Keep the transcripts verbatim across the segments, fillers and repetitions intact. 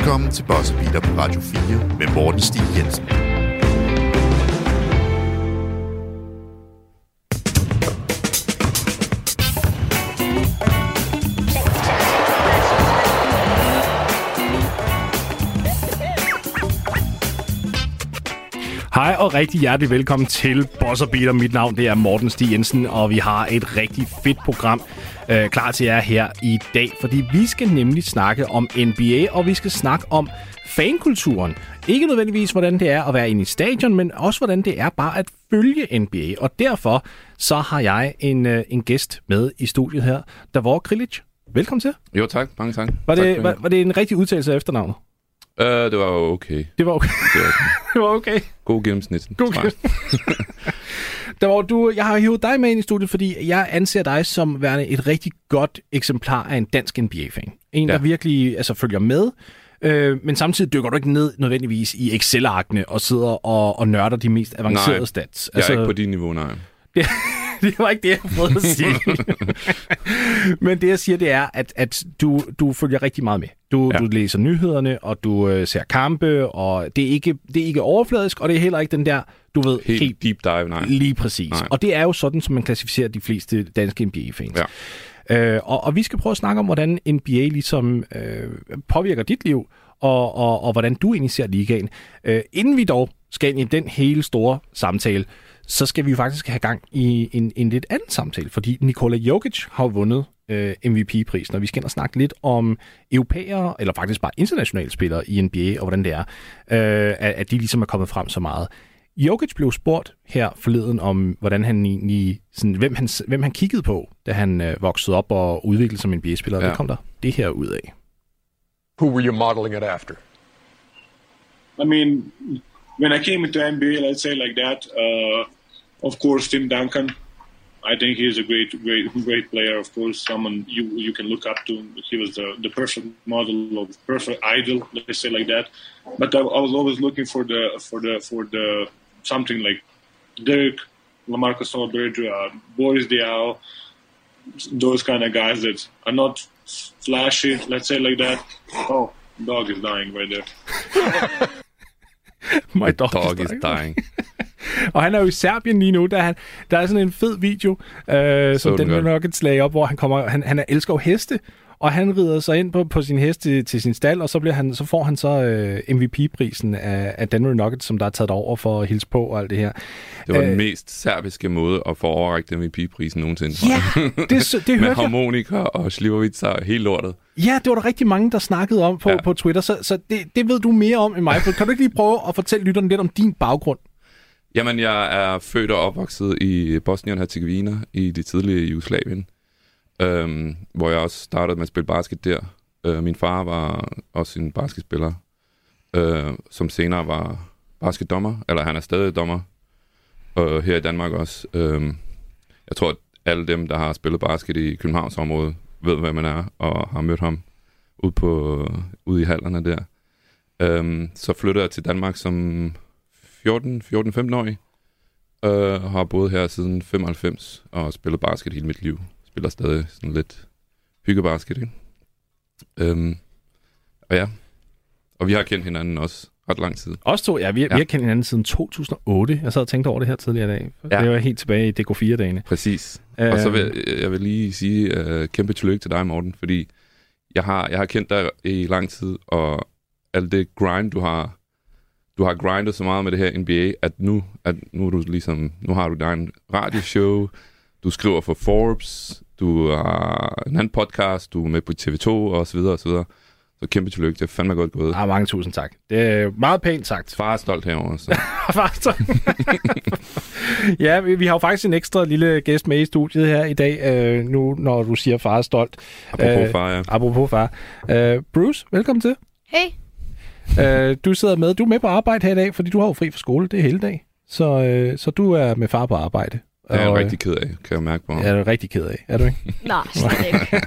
Velkommen til Buzzer Beater på Radio fire med Morten Stig Jensen. Hej og rigtig hjertelig velkommen til Buzzer Beater. Mit navn det er Morten Stig Jensen, og vi har et rigtig fedt program øh, klar til jer her i dag. Fordi vi skal nemlig snakke om N B A, og vi skal snakke om fankulturen. Ikke nødvendigvis, hvordan det er at være inde i stadion, men også, hvordan det er bare at følge N B A. Og derfor så har jeg en, øh, en gæst med i studiet her, Davor Krilic. Velkommen til. Jo, tak. Mange tak. Var det, tak var, var det en rigtig udtalelse af efternavnet? Uh, det var jo okay. Det var okay. Det var, det var okay. God gennemsnit. God gennemsnit. Der du, jeg har hivet dig med ind i studiet, fordi jeg anser dig som værende et rigtig godt eksemplar af en dansk N B A-fan. En, ja. der virkelig altså, følger med, øh, men samtidig dykker du ikke ned nødvendigvis i Excel-arkene og sidder og, og nørder de mest avancerede nej, stats. Altså, jeg er ikke på dit niveau, nej. Det, det var ikke det, jeg prøvede at sige. Men det, jeg siger, det er, at, at du, du følger rigtig meget med. Du, ja. du læser nyhederne, og du øh, ser kampe, og det er, ikke, det er ikke overfladisk, og det er heller ikke den der, du ved... Helt, helt deep dive, nej. Lige præcis. Nej. Og det er jo sådan, som man klassificerer de fleste danske N B A-fans. Ja. Øh, og, og vi skal prøve at snakke om, hvordan N B A ligesom øh, påvirker dit liv, og, og, og hvordan du egentlig ser ligaen. Øh, inden vi dog skal ind i den hele store samtale, så skal vi faktisk have gang i en, en lidt anden samtale, fordi Nikola Jokic har vundet øh, M V P-prisen, og vi skal ind og snakke lidt om europæere, eller faktisk bare internationale spillere i N B A, og hvordan det er, øh, at, at de ligesom er kommet frem så meget. Jokic blev spurgt her forleden om, hvordan han egentlig, sådan, hvem, han, hvem han kiggede på, da han øh, voksede op og udviklede som N B A-spiller. Ja. Der kom der det her ud af. Who were you modeling it after? I mean, when I came into N B A, let's say like that, uh, of course, Tim Duncan. I think he's a great, great, great player. Of course, someone you you can look up to. He was the, the perfect model, of perfect idol. Let's say like that. But I, I was always looking for the for the for the something like Dirk, LaMarcus Aldridge, uh, Boris Diaw, those kind of guys that are not flashy. Let's say like that. Oh, dog is dying right there. My dog, dog is dying. Is dying. Og han er jo i Serbien lige nu, der, han, der er sådan en fed video, øh, som den Nuggets lagde op, hvor han kommer, han, han elsker jo heste, og han rider sig ind på, på sin hest til, til sin stald, og så, bliver han, så får han så øh, M V P-prisen af, af Denver Nuggets, som der er taget over for at hilse på og alt det her. Det var øh, den mest serbiske måde at få overrækt M V P-prisen nogensinde. Ja, det, det hørte med harmonika og Slivovitz og helt lortet. Ja, det var der rigtig mange, der snakkede om på, ja. på Twitter, så, så det, det ved du mere om end mig. Kan du ikke lige prøve at fortælle lytterne lidt om din baggrund? Jamen, jeg er født og opvokset i Bosnien-Herzegovina i det tidlige Jugoslavien, øhm, hvor jeg også startede med at spille basket der. Øh, min far var også en basketspiller, øh, som senere var basketdommer, eller han er stadig dommer, og her i Danmark også. Øh, jeg tror, at alle dem, der har spillet basket i Københavnsområdet, ved, hvad man er, og har mødt ham ude, på, ude i hallerne der. Øh, så flyttede jeg til Danmark som fjorten femten-årig, øh, har boet her siden femoghalvfems og spillet basket hele mit liv. Spiller stadig sådan lidt hyggebasket, ikke? Øhm, og ja, og vi har kendt hinanden også ret lang tid. Også to, ja. Vi, ja. vi har kendt hinanden siden to tusind og otte. Jeg sad og tænkte over det her tidligere i dag. Ja. Det var helt tilbage i D K fire-dagene. Præcis. Øh, og så vil jeg vil lige sige uh, kæmpe tillykke til dig, Morten, fordi jeg har, jeg har kendt dig i lang tid, og alt det grind, du har Du har grindet så meget med det her N B A, at nu, at nu, er du ligesom, nu har du din radioshow, du skriver for Forbes, du har en anden podcast, du er med på T V to og så videre og så videre. Så kæmpe tillykke, det er fandme godt gået. Ah, mange tusind tak. Det er meget pænt sagt. Far er stolt herovre. Så. Far er stolt. Ja, vi, vi har jo faktisk en ekstra lille gæst med i studiet her i dag, øh, nu når du siger far er stolt. Apropos øh, far, ja. Apropos far. Øh, Bruce, velkommen til. Hey. Uh, du sidder med, du er med på arbejde her i dag, fordi du har jo fri fra skole, det er hele dag. Så, uh, så du er med far på arbejde. Det er jeg og, rigtig ked af, kan jeg mærke på. Ja, du er rigtig ked af, er du ikke? Nej, slet ikke.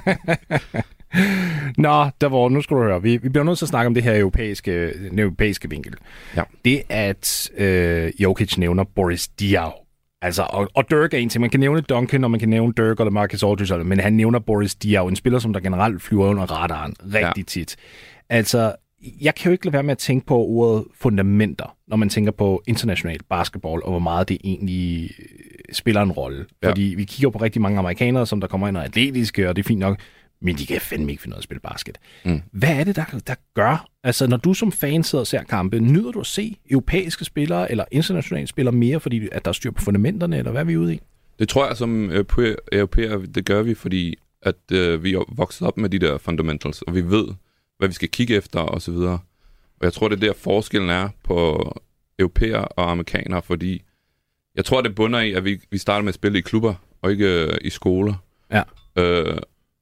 Nå, der var, nu skal du høre, vi, vi bliver nødt til at snakke om det her europæiske, den europæiske vinkel. Ja. Det at uh, Jokic nævner Boris Diaw. Altså, og, og Dirk er en ting. Man kan nævne Duncan, og man kan nævne Dirk eller Marcus Aldridge, men han nævner Boris Diaw, en spiller, som der generelt flyver under radaren rigtig ja. tit. Altså, jeg kan jo ikke lade være med at tænke på ordet fundamenter, når man tænker på international basketball, og hvor meget det egentlig spiller en rolle. Ja. Fordi vi kigger på rigtig mange amerikanere, som der kommer ind og er atletiske, og det er fint nok, men de kan fandme ikke finde noget at spille basket. Mm. Hvad er det, der, der gør? Altså, når du som fan sidder og ser kampe, nyder du at se europæiske spillere eller internationale spillere mere, fordi at der er styr på fundamenterne, eller hvad er vi ude i? Det tror jeg som europæer, det gør vi, fordi at øh, vi er vokset op med de der fundamentals, og vi ved, hvad vi skal kigge efter, og så videre. Og jeg tror, det er der forskellen er på europæer og amerikanere, fordi jeg tror, det bunder i, at vi, vi starter med at spille i klubber, og ikke øh, i skoler. Ja. Øh,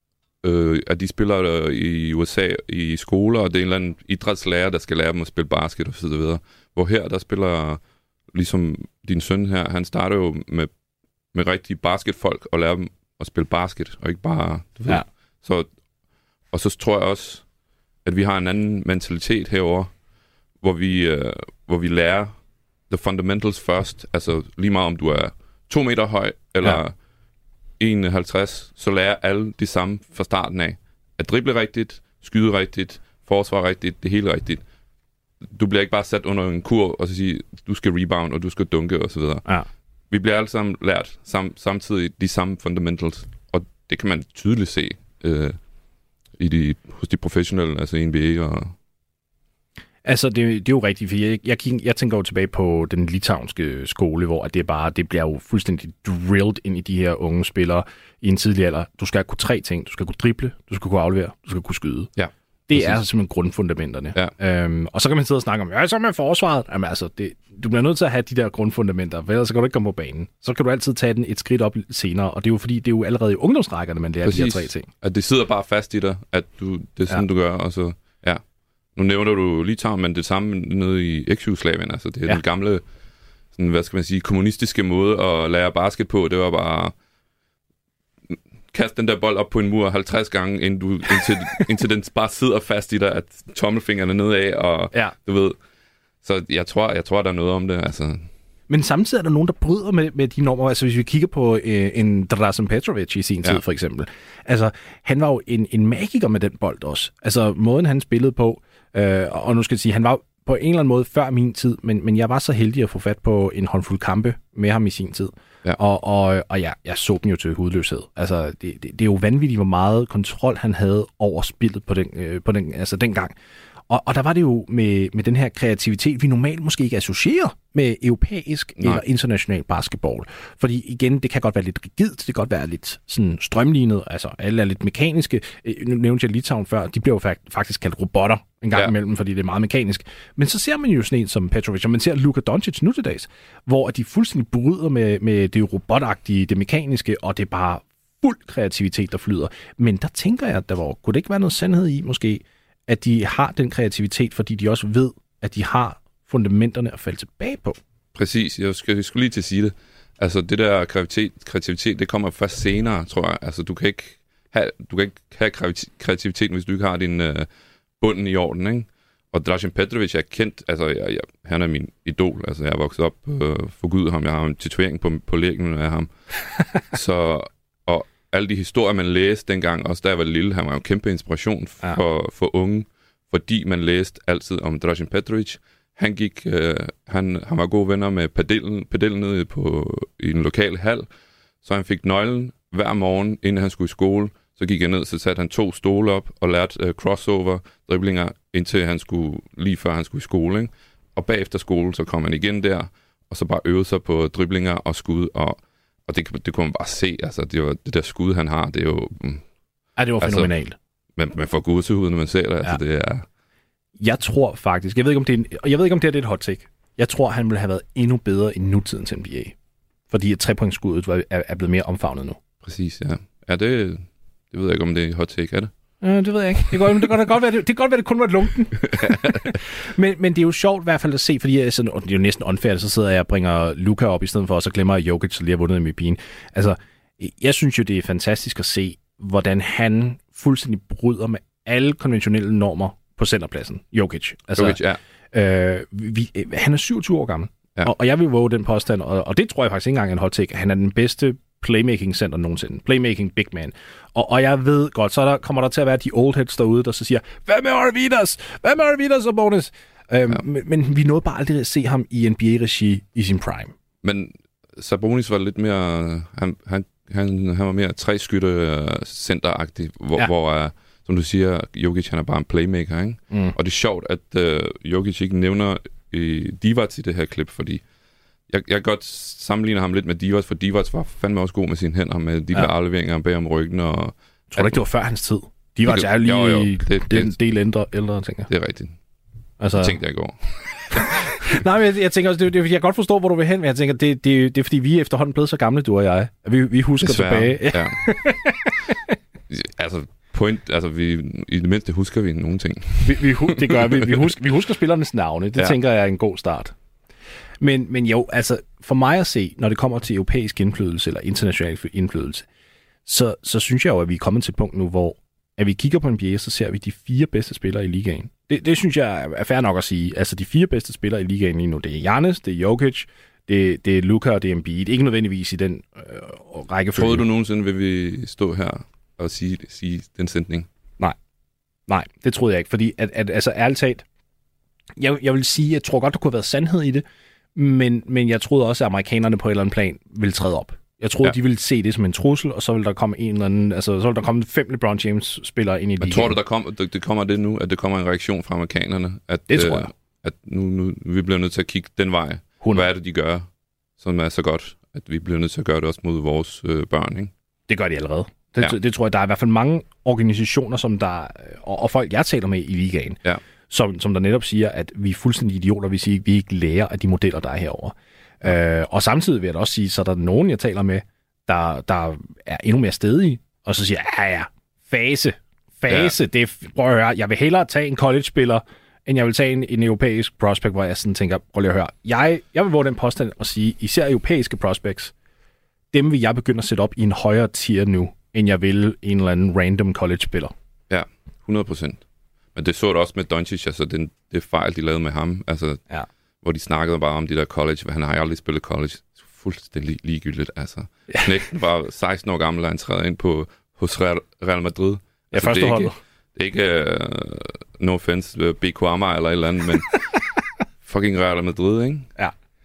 øh, at de spiller øh, i U S A i skoler, og det er en eller anden idrætslærer, der skal lære dem at spille basket, og så videre. Hvor her, der spiller, ligesom din søn her, han starter jo med, med rigtige basketfolk, og lærer dem at spille basket, og ikke bare... Du ved. Ja. Så, og så tror jeg også, at vi har en anden mentalitet herover, hvor vi, øh, hvor vi lærer the fundamentals først. Altså lige meget om du er to meter høj, eller ja. en komma halvtreds, så lærer alle det samme fra starten af. At drible rigtigt, skyde rigtigt, forsvar rigtigt, det hele rigtigt. Du bliver ikke bare sat under en kur, og så sige, du skal rebound, og du skal dunke, og så videre. Ja. Vi bliver alle sammen lært sam- samtidig de samme fundamentals, og det kan man tydeligt se øh, i de, hos de professionelle, altså N B A og... Altså, det, det er jo rigtigt, for jeg, jeg, jeg tænker jo tilbage på den litauiske skole, hvor det bare, det bliver jo fuldstændig drilled ind i de her unge spillere i en tidlig alder. Du skal kunne tre ting. Du skal kunne drible, du skal kunne aflevere, du skal kunne skyde. Ja. Det præcis. Er simpelthen grundfundamenterne. Ja. Øhm, og så kan man sidde og snakke om, ja, så med forsvaret. Jamen altså, det, du bliver nødt til at have de der grundfundamenter, for ellers så kan du ikke komme på banen. Så kan du altid tage den et skridt op senere, og det er jo fordi, det er jo allerede i ungdomsrækkerne, man lærer præcis. De her tre ting. At det sidder bare fast i dig, at du, det er sådan, ja. Du gør, og så, ja. Nu nævner du Litauen, men det samme nede i eks-Jugoslavien, altså det er ja. Den gamle, sådan, hvad skal man sige, kommunistiske måde at lære basket på, det var bare kaste den der bold op på en mur halvtreds gange, indtil, du, indtil, indtil den bare sidder fast i dig, at tommelfingrene nedad, og ja. Du ved. Så jeg tror, jeg tror, der er noget om det. Altså. Men samtidig er der nogen, der bryder med, med de normer. Altså hvis vi kigger på øh, en Drazen Petrovic i sin tid, ja. For eksempel. Altså han var jo en, en magiker med den bold også. Altså måden, han spillede på, øh, og nu skal jeg sige, han var på en eller anden måde før min tid, men, men jeg var så heldig at få fat på en håndfuld kampe med ham i sin tid. Ja. Og, og, og ja, jeg så dem jo til hudløshed. Altså, det, det, det er jo vanvittigt, hvor meget kontrol han havde over spillet på den, øh, på den, altså dengang. Og, og der var det jo med, med den her kreativitet, vi normalt måske ikke associerer med europæisk Nej. Eller international basketball. Fordi igen, det kan godt være lidt rigidt, det kan godt være lidt sådan strømlignet, altså alle er lidt mekaniske. Nu nævnte jeg Litauen før, de blev jo faktisk kaldt robotter en gang ja. Imellem, fordi det er meget mekanisk. Men så ser man jo sådan en som Petrovic, og man ser Luka Doncic nu til dags, hvor de fuldstændig bryder med, med det robotagtige, det mekaniske, og det er bare fuld kreativitet, der flyder. Men der tænker jeg, at der var, kunne det ikke være noget sandhed i måske, at de har den kreativitet, fordi de også ved, at de har fundamenterne at falde tilbage på. Præcis, jeg skulle, jeg skulle lige til at sige det. Altså det der kreativitet, kreativitet, det kommer først senere, tror jeg. Altså du kan ikke have, du kan ikke have kreativiteten, hvis du ikke har din uh, bunden i orden, ikke? Og Drazen Petrovic er kendt, altså jeg, jeg, han er min idol, altså jeg er vokset op uh, for Gud ham, jeg har en tatovering på, på lægen af ham. Så, og alle de historier, man læste dengang, også da jeg var lille, han var jo en kæmpe inspiration for, ja. For unge, fordi man læste altid om Drazen Petrovic. Han gik, øh, han, han var gode venner med padellen, padellen nede på, i en lokal hal, så han fik nøglen hver morgen, inden han skulle i skole. Så gik jeg ned, så satte han to stole op og lærte øh, crossover, driblinger, indtil han skulle, lige før han skulle i skole, ikke? Og bagefter skole, så kom han igen der, og så bare øvede sig på driblinger og skud, og Og det, det kunne man bare se, altså det, var, det der skud, han har, det er jo... Ja, det var altså, fænomenalt. Man, man får gåsehud, når man ser det, altså ja. Det er... Jeg tror faktisk, jeg ved ikke om det er, en, jeg ved ikke, om det er et hot take. Jeg tror, han ville have været endnu bedre i nutidens N B A. Fordi trepointsskuddet er, er blevet mere omfavnet nu. Præcis, ja. Ja, det, det ved jeg ikke, om det er et hot take, er det? Øh, det ved jeg ikke. Det kan, det kan godt være, det, det kan godt være, det kun var et lunken. men, men det er jo sjovt i hvert fald at se, fordi jeg, sådan, det er jo næsten unfair, så sidder jeg og bringer Luka op i stedet for, og så glemmer jeg Jokic, lige har vundet M V P'en. Altså, jeg synes jo, det er fantastisk at se, hvordan han fuldstændig bryder med alle konventionelle normer på centerpladsen. Jokic. Altså, Jokic, ja. Øh, vi, han er syvogtyve år gammel, ja. og, og jeg vil våge den påstand, og, og det tror jeg faktisk ikke engang er en hot take, han er den bedste playmaking center nogensinde. Playmaking big man. Og, og jeg ved godt, så der, kommer der til at være de old heads derude, der så siger, hvad med Arvidas? Hvad med Arvidas og Sabonis? Øhm, ja. men, men vi nåede bare aldrig at se ham i N B A-regi i sin prime. Men Sabonis var lidt mere... Han, han, han, han var mere tre-skytte centeragtig, hvor, ja. hvor uh, som du siger, Jokic han er bare en playmaker, ikke? Mm. Og det er sjovt, at uh, Jokic ikke nævner uh, Divac i det her klip, fordi jeg, jeg kan godt sammenligne ham lidt med Divac, for Divac var fandme også god med sine hænder, med de ja. der afleveringer bag om ryggen. Og tror du ikke, det var før hans tid? Divac er lige jo, jo. Det, det, en del ældre, ældre, tænker jeg. Det er rigtigt. Altså... Det tænkte jeg i går. Nej, men jeg, jeg tænker også, det, det, jeg kan godt forstå, hvor du vil hen, men jeg tænker, det, det, det er fordi, vi er efterhånden blevet så gamle, du og jeg. Vi, vi husker Desværre. tilbage. Ja. altså, point, altså vi, i det mindste husker vi nogle ting. vi, vi, det gør vi. Vi husker, vi husker spillernes navne. Det ja. tænker jeg er en god start. Men, men jo, altså, for mig at se, når det kommer til europæisk indflydelse, eller international indflydelse, så, så synes jeg jo, at vi er kommet til et punkt nu, hvor at vi kigger på N B A, så ser vi de fire bedste spillere i ligaen. Det, det synes jeg er fair nok at sige. Altså, de fire bedste spillere i ligaen lige nu, det er Giannis, det er Jokic, det, det er Luka og det er Embiid. Ikke nødvendigvis i den øh, rækkefølge. Tror du nogensinde, vil vi stå her og sige, sige den sætning? Nej. Nej, det troede jeg ikke. Fordi, at, at, altså ærligt talt, jeg, jeg vil sige, jeg tror godt, der kunne have været sandhed i det, men, men jeg troede også, at amerikanerne på et eller andet plan ville træde op. Jeg troede, ja. de ville se det som en trussel, og så ville der komme en eller anden, altså så ville der komme fem LeBron James-spillere ind i ligaen. Men tror du, der kom, det, det kommer det nu, at det kommer en reaktion fra amerikanerne? At, det tror jeg. Øh, at nu, nu vi bliver nødt til at kigge den vej. hundrede Hvad er det, de gør, som er så godt, at vi bliver nødt til at gøre det også mod vores øh, børn, ikke? Det gør de allerede. Det, ja. det, det tror jeg, der er i hvert fald mange organisationer, som der, og, og folk, jeg taler med i ligaen, ja. som, som der netop siger, at vi er fuldstændig idioter, hvis vi ikke lærer af de modeller, der er herovre. Øh, og samtidig vil jeg da også sige, så er der nogen, jeg taler med, der, der er endnu mere stedige, og så siger jeg, ja ja, fase, fase, ja. det er, prøv at høre, jeg vil hellere tage en college-spiller, end jeg vil tage en, en europæisk prospect, hvor jeg sådan tænker, prøv lige at høre, jeg, jeg vil våge den påstand og sige, især europæiske prospects, dem vil jeg begynde at sætte op i en højere tier nu, end jeg vil en eller anden random college-spiller. Ja, hundrede procent. Men det så du også med Doncic, altså den, det fejl, de lavede med ham, altså... Ja. Hvor de snakkede bare om de der college, han har aldrig spillet college. Fuldstændig ligegyldigt, altså. Knægten var seksten år gammel, og han træder ind på, hos Real Madrid. Ja, altså, første holdet. Det er ikke, uh, no offense, uh, B K Amager eller et eller andet, men fucking Real Madrid, ikke? Ja.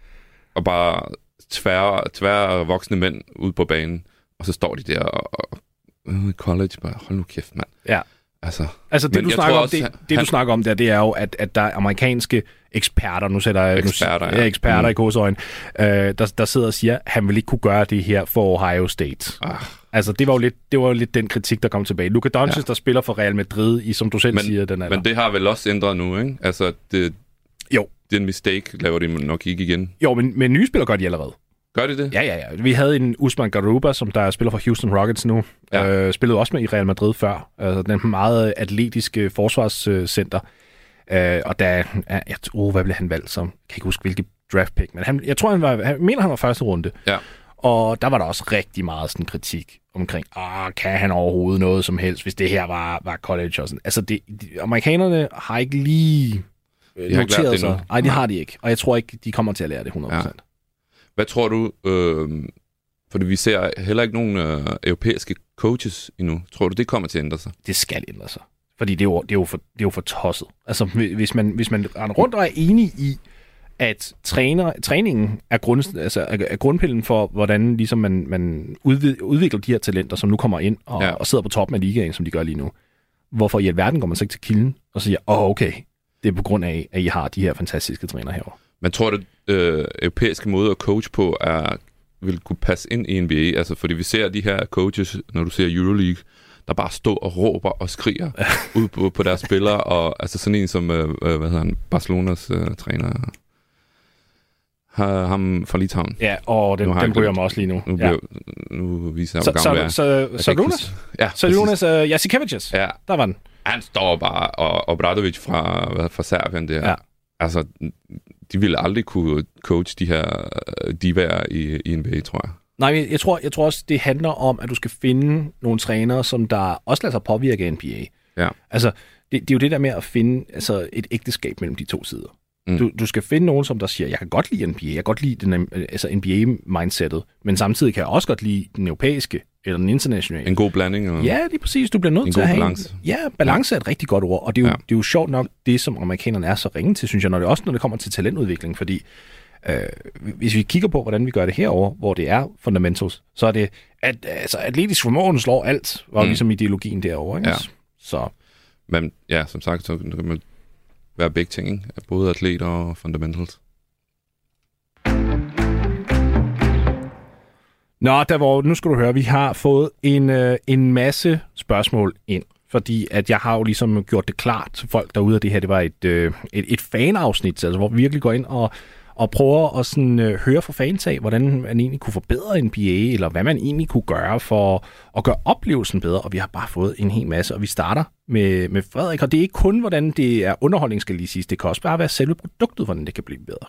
Og bare tvære, tvære voksne mænd ude på banen, og så står de der og, og uh, college, bare hold nu kæft, mand. Ja. Altså, altså det, du snakker, også, om, det, det han, du snakker om der, det er jo, at, at der er amerikanske eksperter, nu sætter jeg eksperter, nu, ja. eksperter mm. i korsøjen, øh, der, der sidder og siger, at han vil ikke kunne gøre det her for Ohio State. Ah. Altså, det var, jo lidt, det var jo lidt den kritik, der kom tilbage. Luka Doncic, ja. der spiller for Real Madrid, i, som du selv men, siger, den alder. Men det har vel også ændret nu, ikke? Altså, det, jo. det er en mistake, laver de nok ikke igen. Jo, men, men nye spillere gør de allerede. Gør de det? Ja, ja, ja. Vi havde en Usman Garuba, som der spiller for Houston Rockets nu. Ja. Øh, spillede også med i Real Madrid før. Altså, den meget atletiske forsvarscenter. Øh, og der, jeg tror, hvad blev han valgt som? Jeg kan ikke huske, hvilket draft pick, men han, jeg tror, han var, jeg mener, han var første runde. Ja. Og der var der også rigtig meget sådan kritik omkring, ah, kan han overhovedet noget som helst, hvis det her var, var college og sådan. Altså, det, de, amerikanerne har ikke lige øh, de noteret har sig. Nej, de har de ikke. Og jeg tror ikke, de kommer til at lære det hundrede procent. Ja. Hvad tror du, øh, fordi vi ser heller ikke nogen øh, europæiske coaches endnu. Tror du, det kommer til at ændre sig? Det skal ændre sig. Fordi det er jo, det er jo, for, det er jo for tosset. Altså, hvis man, hvis man render rundt og er enig i, at træner, træningen er, grund, altså, er, er grundpillen for, hvordan ligesom man, man udvikler de her talenter, som nu kommer ind og, ja. og sidder på toppen af ligaen, som de gør lige nu. Hvorfor i alverden går man så ikke til kilden og siger, åh, oh, okay, det er på grund af, at I har de her fantastiske træner herovre. Men tror du, øh, europæiske måde at coach på er, vil kunne passe ind i N B A? Altså, fordi vi ser de her coaches, når du ser Euroleague, der bare står og råber og skriger ud på, på deres spillere, og altså sådan en som, øh, hvad hedder han, Barcelonas øh, træner, har ham fra Litauen. Ja, og den, den ryger mig også lige nu. Nu, ja. bliver, nu viser jeg, hvor gammel jeg er. Så, så, så Jonas? Ja, så Jonas uh, Jasikevicius. Ja. Der var den. Han står bare, og Obradovic fra, hvad, fra Serbien der. Ja. Altså, de ville aldrig kunne coach de her divaer i, i N B A, tror jeg. Nej, jeg tror, jeg tror også, det handler om, at du skal finde nogle trænere, som der også lader sig påvirke N B A. Ja. Altså, det, det er jo det der med at finde altså, et ægteskab mellem de to sider. Mm. Du, du skal finde nogen, som der siger, jeg kan godt lide N B A, jeg kan godt lide den, altså N B A-mindsetet, men samtidig kan jeg også godt lide den europæiske eller den internationale. En god blanding? Eller? Ja, det er præcis. Du bliver nødt en til at have balance. En, ja, balance ja. er et rigtig godt ord, og det er, jo, ja. det er jo sjovt nok det, som amerikanerne er så ringe til, synes jeg, når det også når det kommer til talentudvikling, fordi øh, hvis vi kigger på, hvordan vi gør det herover, hvor det er fundamentals, så er det, at altså, atletisk formåen slår alt, var mm. ligesom ideologien derovre. Ikke? Ja. Så. Men ja, som sagt, så kan man være begge ting, ikke? Både atleter og fundamentals. Nå, der var, nu skal du høre, vi har fået en, øh, en masse spørgsmål ind, fordi at jeg har jo ligesom gjort det klart til folk derude, at det her det var et, øh, et, et fanafsnit, altså, hvor vi virkelig går ind og, og prøver at sådan, øh, høre fra fans af, hvordan man egentlig kunne forbedre N B A, eller hvad man egentlig kunne gøre for at gøre oplevelsen bedre, og vi har bare fået en hel masse, og vi starter med, med Frederik, og det er ikke kun, hvordan det er underholdning, skal lige siges, det kan også bare være selve produktet, hvordan det kan blive bedre.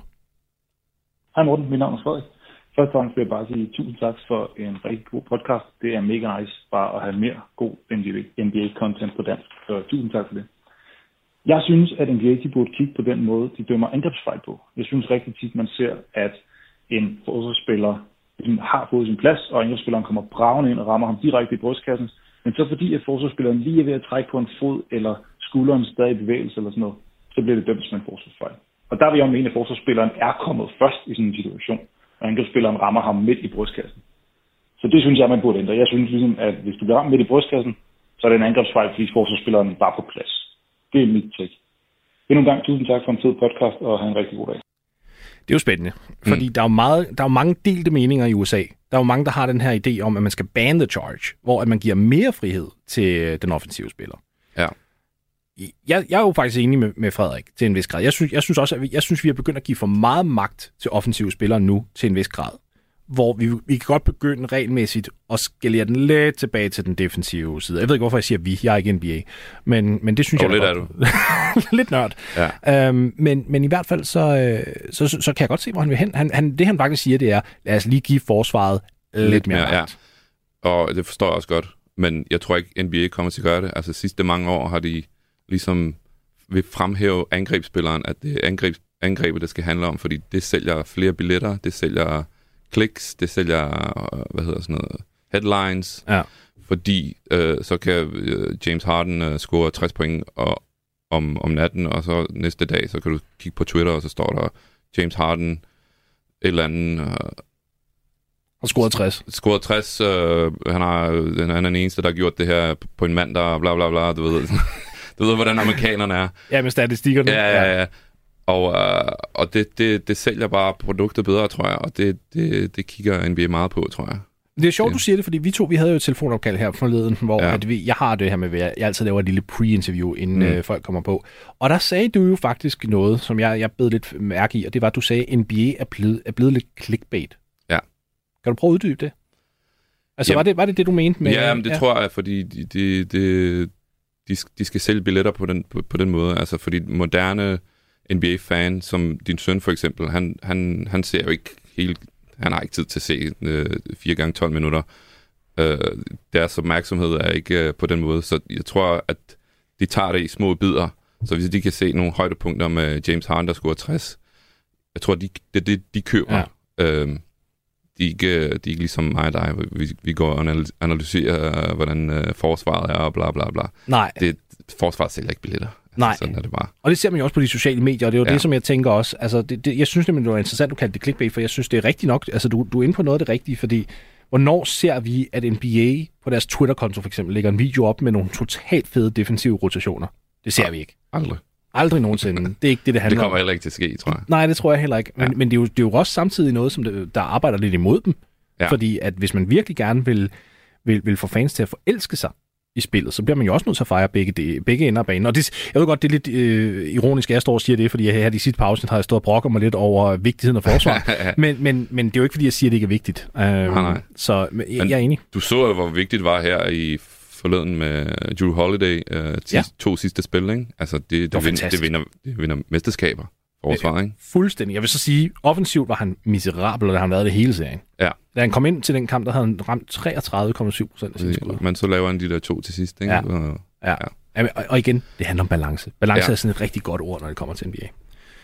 Hej Morten, mit navn er Frederik. Først og fremmest vil jeg bare sige tusind tak for en rigtig god podcast. Det er mega nice bare at have mere god N B A-content på dansk, så tusind tak for det. Jeg synes, at N B A de burde kigge på den måde, de dømmer angrebsfejl på. Jeg synes rigtig tit, man ser, at en forsvarsspiller har fået sin plads, og angrebsspilleren kommer bravende ind og rammer ham direkte i brystkassen. Men så fordi, at forsvarsspilleren lige er ved at trække på en fod, eller skulderen stadig i bevægelse eller sådan noget, så bliver det dømt som en forsvarsfejl. Og der vil jeg mene, at forsvarsspilleren er kommet først i sådan en situation, og angrebsspilleren rammer ham midt i brystkassen. Så det synes jeg, man burde ændre. Jeg synes ligesom, at hvis du bliver ramt midt i brystkassen, så er det en angrebsfejl, fordi forsvarsspilleren var på plads. Det er mit take. Endnu en gang tusind tak for en fed podcast, og have en rigtig god dag. Det er jo spændende, fordi mm. der, er jo meget, der er jo mange delte meninger i U S A. Der er jo mange, der har den her idé om, at man skal ban the charge, hvor at man giver mere frihed til den offensive spiller. Ja. Jeg, jeg er jo faktisk enig med, med Frederik til en vis grad. Jeg synes, jeg synes også, at vi, jeg synes, vi har begyndt at give for meget magt til offensive spillere nu til en vis grad. Hvor vi, vi kan godt begynde regelmæssigt at skalere den lidt tilbage til den defensive side. Jeg ved ikke, hvorfor jeg siger vi. Jeg er ikke N B A. Men, men det synes oh, jeg... lidt er du. lidt nørd. Ja. Øhm, men, men i hvert fald, så, så, så, så kan jeg godt se, hvor han vil hen. Han, han, det han faktisk siger, det er, lad os lige give forsvaret lidt, lidt mere magt. Ja. Og det forstår jeg også godt. Men jeg tror ikke, N B A kommer til at gøre det. Altså sidste mange år har de ligesom vil fremhæve angrebsspilleren, at det er angreb, angrebet, det skal handle om, fordi det sælger flere billetter, det sælger kliks, det sælger, hvad hedder sådan noget, headlines, ja. Fordi øh, så kan øh, James Harden øh, score tres point og, om, om natten, og så næste dag, så kan du kigge på Twitter, og så står der James Harden, et eller andet... Øh, og scoret tres. Scoret tres, øh, han, har, han er den eneste, der har gjort det her på en mandag, bla bla bla, du ved... Du ved, hvordan amerikanerne er. Ja, med statistikkerne. Ja, ja, ja. Og, øh, og det, det, det sælger bare produktet bedre, tror jeg. Og det, det, det kigger N B A meget på, tror jeg. Det er sjovt, det. Du siger det, fordi vi to vi havde jo et telefonopkald her forleden, hvor ja. at vi, jeg har det her med, at jeg altid laver et lille pre-interview, inden mm. øh, folk kommer på. Og der sagde du jo faktisk noget, som jeg, jeg bed lidt mærke i, og det var, at du sagde, at N B A er blevet, er blevet lidt clickbait. Ja. Kan du prøve at uddybe det? Altså, var det, var det det, du mente med... Ja, men det ja. tror jeg, fordi det... de, de De, de skal sælge billetter på den, på, på den måde, altså fordi moderne N B A-fan, som din søn for eksempel, han, han, han ser jo ikke helt, han har ikke tid til at se øh, fire gange tolv minutter. Øh, deres opmærksomhed er ikke øh, på den måde, så jeg tror, at de tager det i små bidder, så hvis de kan se nogle højdepunkter med James Harden, der scorer tres, jeg tror, det er det, de køber. Ja. Øh, De er, ikke, de er ikke ligesom mig og dig. Vi, vi går og analyserer, hvordan uh, forsvaret er, og bla bla bla. Nej. Det, forsvaret sælger ikke billetter. Altså, nej. Sådan er det bare. Og det ser man jo også på de sociale medier, og det er jo ja. det, som jeg tænker også. Altså, det, det, jeg synes nemlig, det var interessant, du kaldte det clickbait, for jeg synes, det er rigtigt nok. Altså, du, du er inde på noget af det rigtige, fordi hvornår ser vi, at N B A på deres Twitter-konto for eksempel lægger en video op med nogle totalt fede defensive rotationer? Det ser ja. vi ikke. Aldrig. Aldrig nogensinde. Det er ikke det, det handler om. Det kommer heller ikke til at ske, tror jeg. Nej, det tror jeg heller ikke. Men, ja. men det, er jo, det er jo også samtidig noget, som det, der arbejder lidt imod dem. Ja. Fordi at hvis man virkelig gerne vil, vil, vil få fans til at forelske sig i spillet, så bliver man jo også nødt til at fejre begge, de, begge ender af banen. Og det, jeg ved godt, det er lidt øh, ironisk, at jeg står og siger det, fordi jeg her i sidste pause har jeg stået og brokker mig lidt over vigtigheden af forsvar. men, men, men det er jo ikke, fordi jeg siger, at det ikke er vigtigt. Um, nej, nej. Så jeg, jeg er enig. Du så jo, hvor vigtigt det var her i forleden med Drew Holiday, øh, ja. to sidste spil, ikke? Altså, det, det, det, vinder, det, vinder, det vinder mesterskaber. Forsvar, ikke? Fuldstændig. Jeg vil så sige, offensivt var han miserabel, og det har han været det hele serien. Ja. Da han kom ind til den kamp, der havde han ramt treogtredive komma syv procent af sine skud. Men så laver han de der to til sidst, ikke? Ja. Og, ja. ja. Og, og igen, det handler om balance. Balance ja. er sådan et rigtig godt ord, når det kommer til N B A.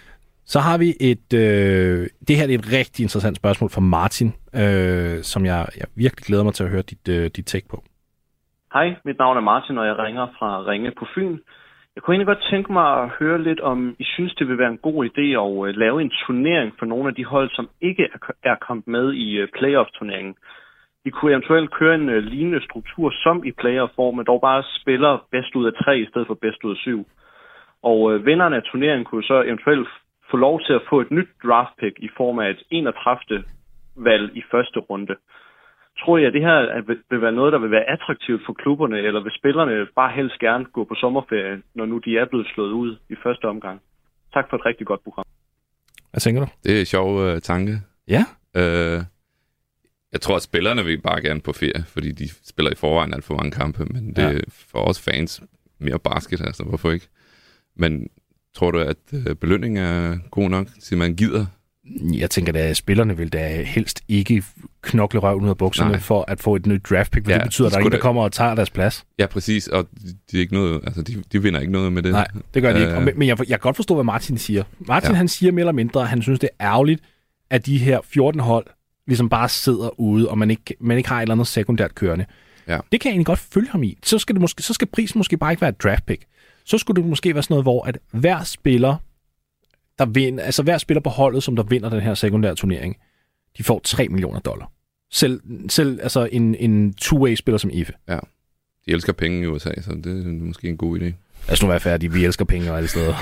Så har vi et... Øh, det her er et rigtig interessant spørgsmål fra Martin, øh, som jeg, jeg virkelig glæder mig til at høre dit, øh, dit take på. Hej, mit navn er Martin, og jeg ringer fra Ringe på Fyn. Jeg kunne egentlig godt tænke mig at høre lidt om, I synes, det vil være en god idé at lave en turnering for nogle af de hold, som ikke er kommet med i playoff-turneringen. Vi kunne eventuelt køre en lignende struktur som i playoff-form, men dog bare spiller bedst ud af tre i stedet for bedst ud af syv. Og vinderne af turneringen kunne så eventuelt få lov til at få et nyt draft pick i form af et enogtredivte valg i første runde. Tror jeg, at det her vil være noget, der vil være attraktivt for klubberne, eller vil spillerne bare helst gerne gå på sommerferie, når nu de er blevet slået ud i første omgang? Tak for et rigtig godt program. Hvad tænker du? Det er en sjov uh, tanke. Ja. Uh, jeg tror, at spillerne vil bare gerne på ferie, fordi de spiller i forvejen alt for mange kampe, men det er ja. for os fans mere basket, altså hvorfor ikke? Men tror du, at uh, belønningen er god nok, til man gider? Jeg tænker, at spillerne vil da helst ikke knokle røven ud af bukserne Nej. for at få et nyt draft pick, for ja, det betyder, at der er ingen, der kommer og tager deres plads. Ja, præcis, og de, er ikke noget, altså de, de vinder ikke noget med det. Nej, det gør de ikke. Uh, men jeg, jeg kan godt forstå, hvad Martin siger. Martin, ja. han siger mere eller mindre, at han synes, det er ærgerligt, at de her fjorten hold ligesom bare sidder ude, og man ikke, man ikke har et eller andet sekundært kørende. Ja. Det kan jeg egentlig godt følge ham i. Så skal, det måske, så skal prisen måske bare ikke være et draft pick. Så skulle det måske være sådan noget, hvor at hver spiller der vinder, altså hver spiller på holdet, som der vinder den her sekundære turnering, de får tre millioner dollar. Selv, selv altså en, en two-way-spiller som Ife. Ja, de elsker penge i U S A, så det er måske en god idé. Lad os nu være færdige, vi elsker penge og alle steder.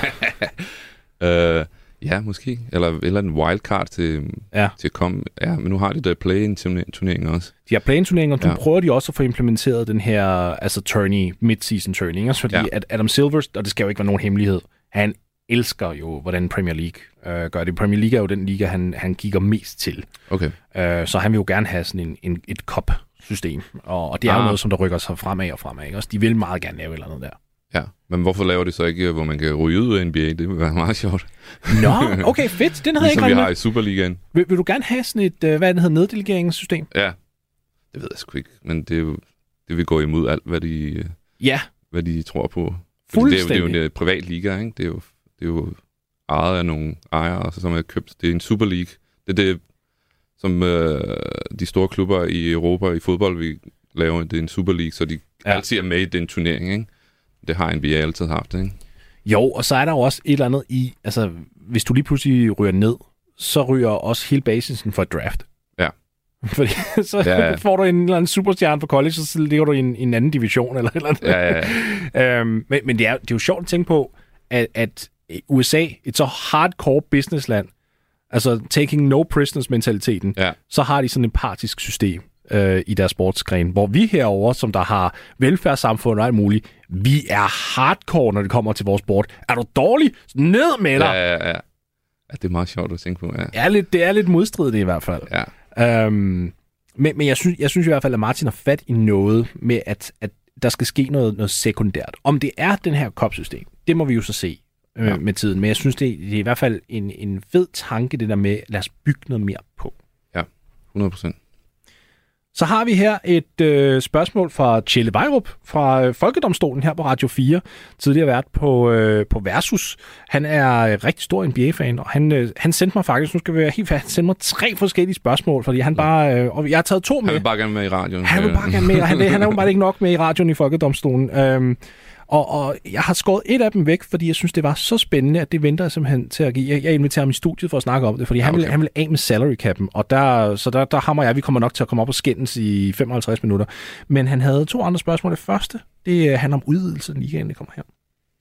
uh, ja, måske. Eller, eller en wildcard til, ja. til at komme. Ja, men nu har de der play-in-turnering også. De har play-in-turneringer, og nu ja. prøver de også at få implementeret den her altså tourney, mid-season tourney, også fordi ja. at Adam Silver, og det skal jo ikke være nogen hemmelighed, han elsker jo, hvordan Premier League øh, gør det. Premier League er jo den liga, han, han kigger mest til. Okay. Øh, så han vil jo gerne have sådan en, en, et cup-system. Og, og det er ah. jo noget, som der rykker sig fremad og fremad. Ikke? Også de vil meget gerne lave et eller andet der. Ja, men hvorfor laver de så ikke, hvor man kan ryge ud af N B A? Det vil være meget sjovt. Nå, okay, fedt. Den havde jeg ikke regnet med. Som vi har i Superligaen. Vil, vil du gerne have sådan et, øh, hvad det hedder, neddelegeringssystem? Ja, det ved jeg sgu ikke. Men det, er jo, det vil gå imod alt, hvad de, ja. hvad de tror på. Fordi det er jo, det er jo en privat liga, ikke? Det er jo Det er jo ejet af nogle ejere, som er købt. Det er en Super League. Det er det, som øh, de store klubber i Europa i fodbold vil lave. Det er en Super League, så de ja. altid er med i den turnering, ikke? Det har N B A altid haft, ikke? Jo, og så er der jo også et eller andet i, altså hvis du lige pludselig ryger ned, så ryger også hele basisen for et draft. Ja. Fordi så ja, ja. får du en eller anden superstjerne på college, og så ligger du i en, en anden division eller et eller andet. Ja, ja, ja. øhm, men men det, er, det er jo sjovt at tænke på, at, at U S A, et så hardcore businessland, altså taking no prisoners mentaliteten, ja. så har de sådan et partisk system øh, i deres sportsgren, hvor vi herover, som der har velfærdssamfund og alt muligt, vi er hardcore, når det kommer til vores sport. Er du dårlig? Ned med dig! Ja, ja, ja. Ja, det er meget sjovt at tænke på, ja. Er lidt, det er lidt modstridigt i hvert fald. Ja. Øhm, men men jeg, synes, jeg synes i hvert fald, at Martin har fat i noget med, at, at der skal ske noget, noget sekundært. Om det er den her cup-system, det må vi jo så se øh, ja. med tiden. Men jeg synes, det, det er i hvert fald en, en fed tanke, det der med, lad os bygge noget mere på. Ja, hundrede procent. Så har vi her et øh, spørgsmål fra Tjelle Vejrup fra øh, Folkedomstolen her på Radio fire. Tidligere vært på, øh, på Versus. Han er øh, rigtig stor N B A-fan, og han, øh, han sendte mig faktisk, nu skal vi være helt færdig, han sendte mig tre forskellige spørgsmål, fordi han bare, øh, og jeg har taget to med. Han vil bare gerne med i radioen. Han vil bare gerne med, og han, han er jo bare ikke nok med i radioen i Folkedomstolen. Øhm, Og, og jeg har skåret et af dem væk, fordi jeg synes, det var så spændende, at det venter jeg simpelthen til at give. Jeg, jeg inviterer ham i studiet for at snakke om det, fordi ja, okay. han, vil, han vil af med salary cap'en, og der, så der, der hammer jeg, vi kommer nok til at komme op og skændes i femoghalvtreds minutter. Men han havde to andre spørgsmål. Det første, det handler om udvidelsen lige inden det kommer her.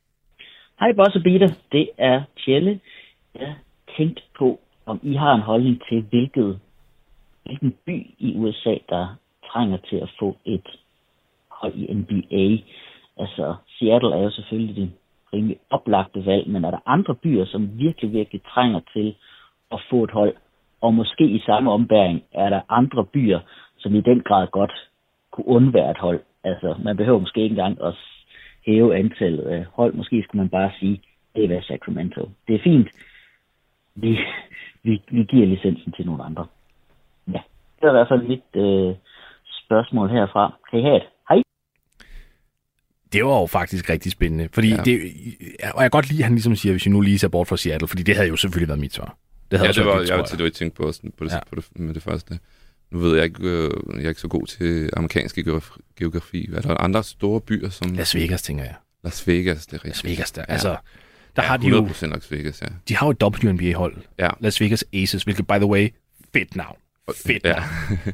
Hej Boss og Peter, det er Tjelle. Jeg tænkte på, om I har en holdning til, hvilket, hvilken by i U S A, der trænger til at få et hold i N B A. Altså, Seattle er jo selvfølgelig det rimelig oplagte valg, men er der andre byer, som virkelig, virkelig trænger til at få et hold? Og måske i samme ombæring er der andre byer, som i den grad godt kunne undvære et hold. Altså, man behøver måske ikke engang at hæve antallet af hold. Måske skulle man bare sige, det er Sacramento. Det er fint. Vi, vi, vi giver licensen til nogle andre. Ja, det er i hvert fald mit øh, spørgsmål herfra. Kan I have et? Hej! Det var jo faktisk rigtig spændende, fordi ja. det, og jeg kan godt lide, at han ligesom siger, hvis jeg nu lige ser bort fra Seattle, fordi det havde jo selvfølgelig været mit svar. Det havde ja, det var, dit, jeg var til det, jeg tænkte på, på, det, ja. på det, med det første. Nu ved jeg ikke, øh, jeg er ikke så god til amerikansk geografi. Er der andre store byer, som... Las Vegas, tænker jeg. Las Vegas, det er rigtigt. Las Vegas, der, ja. altså... Der ja, har de jo... hundrede procent Las Vegas, ja. De har jo et W N B A-hold. Ja. Las Vegas Aces, hvilket, by the way, fedt navn. Fedt ja. navn.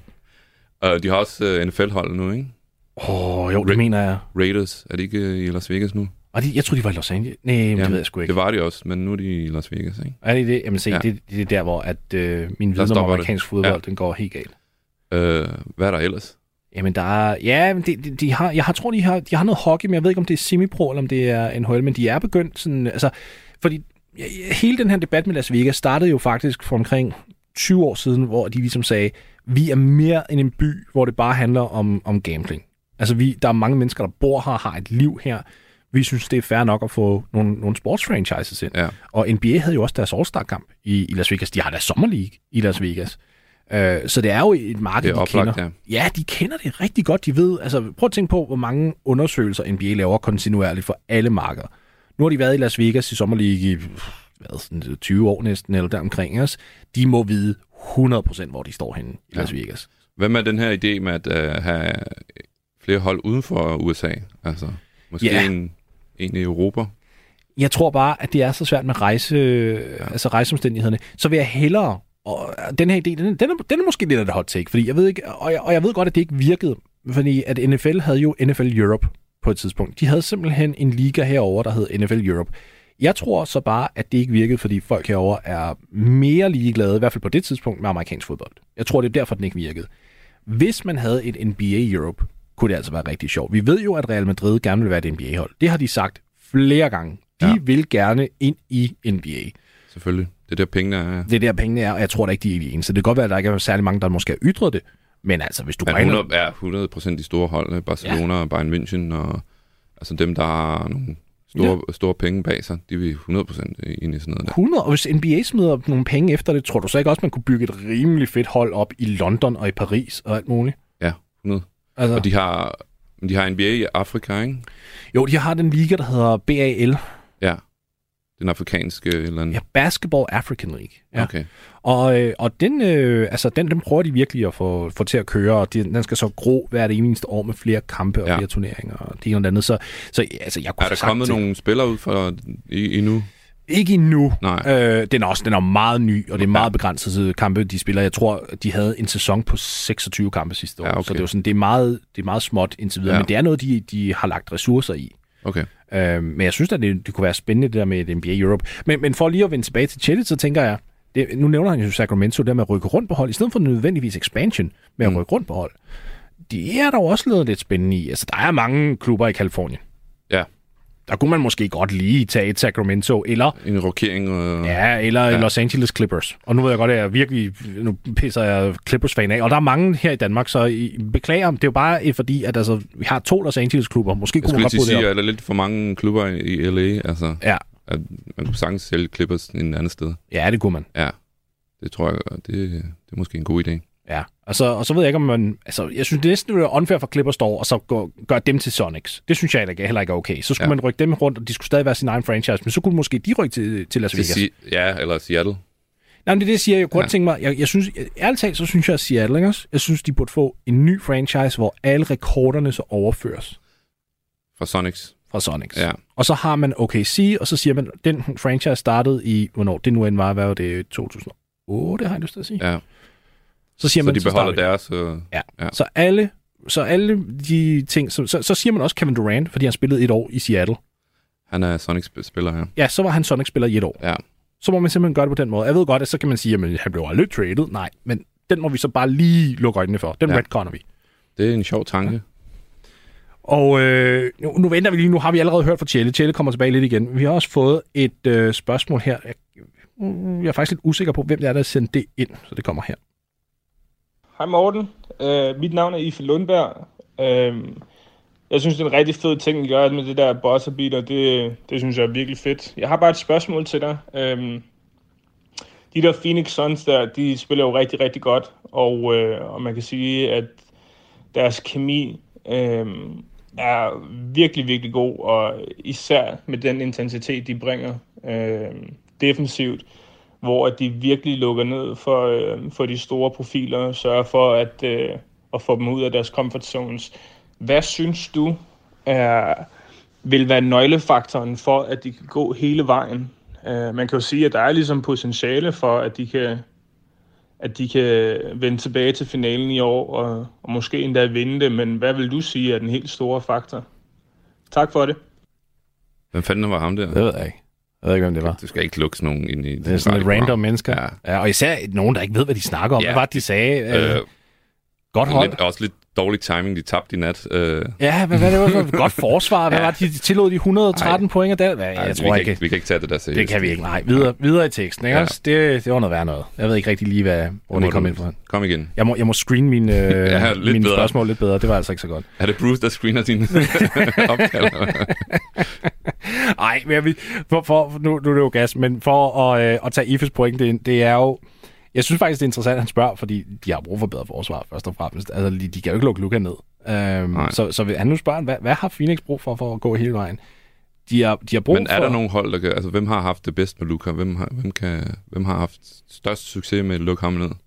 Og de har også uh, N F L-holdet nu, ikke? Åh, oh, jo, det Ra- mener jeg. Raiders, er de ikke i Las Vegas nu? Og de, jeg tror de var i Los Angeles. Nej, men det ved jeg sgu ikke. Det var de også, men nu er de i Las Vegas, ikke? Er det det? Jamen se, ja. det, det er der, hvor at, øh, min viden om amerikansk det. fodbold, ja. den går helt galt. Øh, hvad er der ellers? Jamen der er... Ja, men de, de, de har, jeg har, tror, de har, de har noget hockey, men jeg ved ikke, om det er semi-pro, eller om det er N H L, men de er begyndt sådan... Altså, fordi ja, hele den her debat med Las Vegas startede jo faktisk for omkring tyve år siden, hvor de ligesom sagde, vi er mere end en by, hvor det bare handler om, om gambling. Altså, vi, der er mange mennesker, der bor her og har et liv her. Vi synes, det er fair nok at få nogle, nogle sportsfranchises ind. Ja. Og N B A havde jo også deres All-Star-kamp i, i Las Vegas. De har deres Summer League i Las Vegas. Uh, så det er jo et marked, de oplagt, kender. Ja. ja, de kender det rigtig godt. De ved, altså prøv at tænke på, hvor mange undersøgelser N B A laver kontinuerligt for alle markeder. Nu har de været i Las Vegas i Summer League i hvad, sådan tyve år næsten, eller deromkring os. De må vide hundrede procent, hvor de står henne i ja. Las Vegas. Hvad med den her idé med at uh, have flere hold uden for U S A? Altså, måske ja. en, en i Europa? Jeg tror bare, at det er så svært med rejse, ja. altså rejseomstændighederne. Så vil jeg hellere, og den her idé, den, den, er, den er måske lidt af det hot take, fordi jeg ved ikke, og jeg, og jeg ved godt, at det ikke virkede, fordi at N F L havde jo N F L Europe på et tidspunkt. De havde simpelthen en liga herover, der hed N F L Europe. Jeg tror så bare, at det ikke virkede, fordi folk herover er mere ligeglade, i hvert fald på det tidspunkt, med amerikansk fodbold. Jeg tror, det er derfor, den ikke virkede. Hvis man havde et N B A Europe, kunne det altså være rigtig sjovt. Vi ved jo, at Real Madrid gerne vil være et N B A-hold. Det har de sagt flere gange. De ja. vil gerne ind i N B A. Selvfølgelig. Det er der pengene er. Det er der pengene er, og jeg tror da ikke, de er de eneste. Det kan godt være, at der ikke er særlig mange, der måske har ytret det. Men altså, hvis du ja, hundrede, ja, hundrede procent de store hold. Barcelona, ja. Bayern München, og altså dem, der har nogle store, ja. store penge bag sig, de vil hundrede procent ind i sådan noget der. hundrede, og hvis N B A smider nogle penge efter det, tror du så ikke også, man kunne bygge et rimelig fedt hold op i London og i Paris og alt muligt? Ja, hundrede. Altså. Og de har, de har N B A i Afrika, ikke? Jo, de har den liga, der hedder B A L. Ja, den afrikanske eller anden. Ja, Basketball African League. Ja. Okay. Og, øh, og den, øh, altså, den, den prøver de virkelig at få, få til at køre, og den, den skal så gro hvert eneste år med flere kampe og ja. flere turneringer og det og andet. Så, så altså, jeg kunne er der kommet nogle spillere ud for endnu? Ikke endnu. Nej. Øh, den er også den er meget ny, og det er meget begrænset kampe, de spiller. Jeg tror, de havde en sæson på seksogtyve kampe sidste år, ja, okay. så det er, sådan, det, er meget, det er meget småt indtil videre, ja. men det er noget, de, de har lagt ressourcer i. Okay. Øh, men jeg synes, at det, det kunne være spændende, det der med N B A Europe. Men, men for lige at vende tilbage til Chelly, så tænker jeg, det, nu nævner han jo Sacramento, der med at rykke rundt på hold, i stedet for nødvendigvis expansion med at mm. rykke rundt på hold. Det er der jo også noget lidt spændende i. Altså, der er mange klubber i Kalifornien. Ja. Der kunne man måske godt lige tage et Sacramento, eller... En rokering. Og... Ja, eller ja. Los Angeles Clippers. Og nu ved jeg godt, at jeg virkelig... Nu pisser jeg Clippers-fan af. Og der er mange her i Danmark, så I beklager. Det er jo bare fordi, at altså, vi har to Los Angeles-klubber. Måske kunne man godt sige, at der er lidt for mange klubber i L A. Altså, ja. At man kunne sagtens sælge Clippers en anden sted. Ja, det kunne man. Ja, det tror jeg, det, det er måske en god idé. Ja, og så, og så ved jeg ikke, om man... Altså, jeg synes, det næsten ville være unfair for Clippers står, og så gør, gør dem til Sonics. Det synes jeg heller ikke er okay. Så skulle ja. man rykke dem rundt, og de skulle stadig være sin egen franchise, men så kunne måske de rykke til, til Las Vegas. Si- ja, eller Seattle. Nej, men det er det, jeg siger. Jeg kunne ja. godt tænke mig... Jeg, jeg synes, ærligt talt, så synes jeg, at Seattle, ikke også? Jeg synes, de burde få en ny franchise, hvor alle rekorderne så overføres. Fra Sonics. Fra Sonics. Ja. Og så har man O K C, og så siger man, den franchise startede i... Hvornår det nu end var, hvad var det? to tusind og otte, har jeg lyst til at sige. Ja. Så siger så man, de beholder så deres... Øh, ja. ja, så alle, så alle de ting... Så, så, så siger man også Kevin Durant, fordi han spillede et år i Seattle. Han er Sonics-spiller, ja. Ja, så var han Sonics-spiller i et år. Ja. Så må man simpelthen gøre det på den måde. Jeg ved godt, at så kan man sige, at han blev aldrig traded. Nej, men den må vi så bare lige lukke øjnene for. Den ja. retconner vi. Det er en sjov tanke. Ja. Og øh, nu, nu venter vi lige. Nu har vi allerede hørt fra Tjelle. Tjelle kommer tilbage lidt igen. Vi har også fået et øh, spørgsmål her. Jeg, jeg er faktisk lidt usikker på, hvem det er, der har sendt det ind. Så det kommer her. Hej Morten, uh, mit navn er Ife Lundberg. Uh, jeg synes, det er en rigtig fed ting, at gøre med det der buzzer-beater. Det, det synes jeg er virkelig fedt. Jeg har bare et spørgsmål til dig. Uh, de der Phoenix Suns der, de spiller jo rigtig, rigtig godt. Og, uh, og man kan sige, at deres kemi uh, er virkelig, virkelig god, og især med den intensitet, de bringer øh, defensivt, hvor de virkelig lukker ned for, øh, for de store profiler og sørger for at, øh, at få dem ud af deres comfort zones. Hvad synes du er, vil være nøglefaktoren for, at de kan gå hele vejen? Uh, man kan jo sige, at der er ligesom potentiale for, at de kan, at de kan vende tilbage til finalen i år, og, og måske endda vinde det, men hvad vil du sige er den helt store faktor? Tak for det. Hvem fanden var ham der? Det ved jeg ikke. Jeg ved ikke, hvem det var. Du skal ikke lukke sådan nogen ind i... Det er sådan et random mennesker. Ja. Ja, og især nogen, der ikke ved, hvad de snakker om. Ja. Hvad var det, de sagde? Øh, øh, godt hold. Lidt, også lidt dårlig timing, de tabte i nat. Øh. Ja, hvad, hvad det var for godt forsvar? Hvad ja. var det, de tillod de et hundrede og tretten point af den? Ja, jeg Ej, tror vi, kan ikke, ikke, vi kan ikke tage det der seriøst. Det kan vi ikke, nej. Videre, videre i teksten, ikke? Ja. Det, det var noget værd noget. Jeg ved ikke rigtig lige, hvad, hvor det kom ind på. Kom igen. Jeg må, jeg må screen mine, ja, mine spørgsmål lidt bedre. Det var altså ikke så godt. Er det Bruce, der screener dine opkalder? Nej, men jeg vil, for, for, nu, nu er det jo gas, men for at, øh, at tage I F E's point, det, det er jo... Jeg synes faktisk, det er interessant, at han spørger, fordi de har brug for bedre forsvar, først og fremmest. Altså, de, de kan jo ikke lukke Luka ned. Øhm, så, så han nu spørger, hvad, hvad har Phoenix brug for, for at gå hele vejen? De har, de har brug Men er for... der nogle hold, der kan... Altså, hvem har haft det bedst med Luka? Hvem har, hvem kan, hvem har haft størst succes med at lukke ham ned?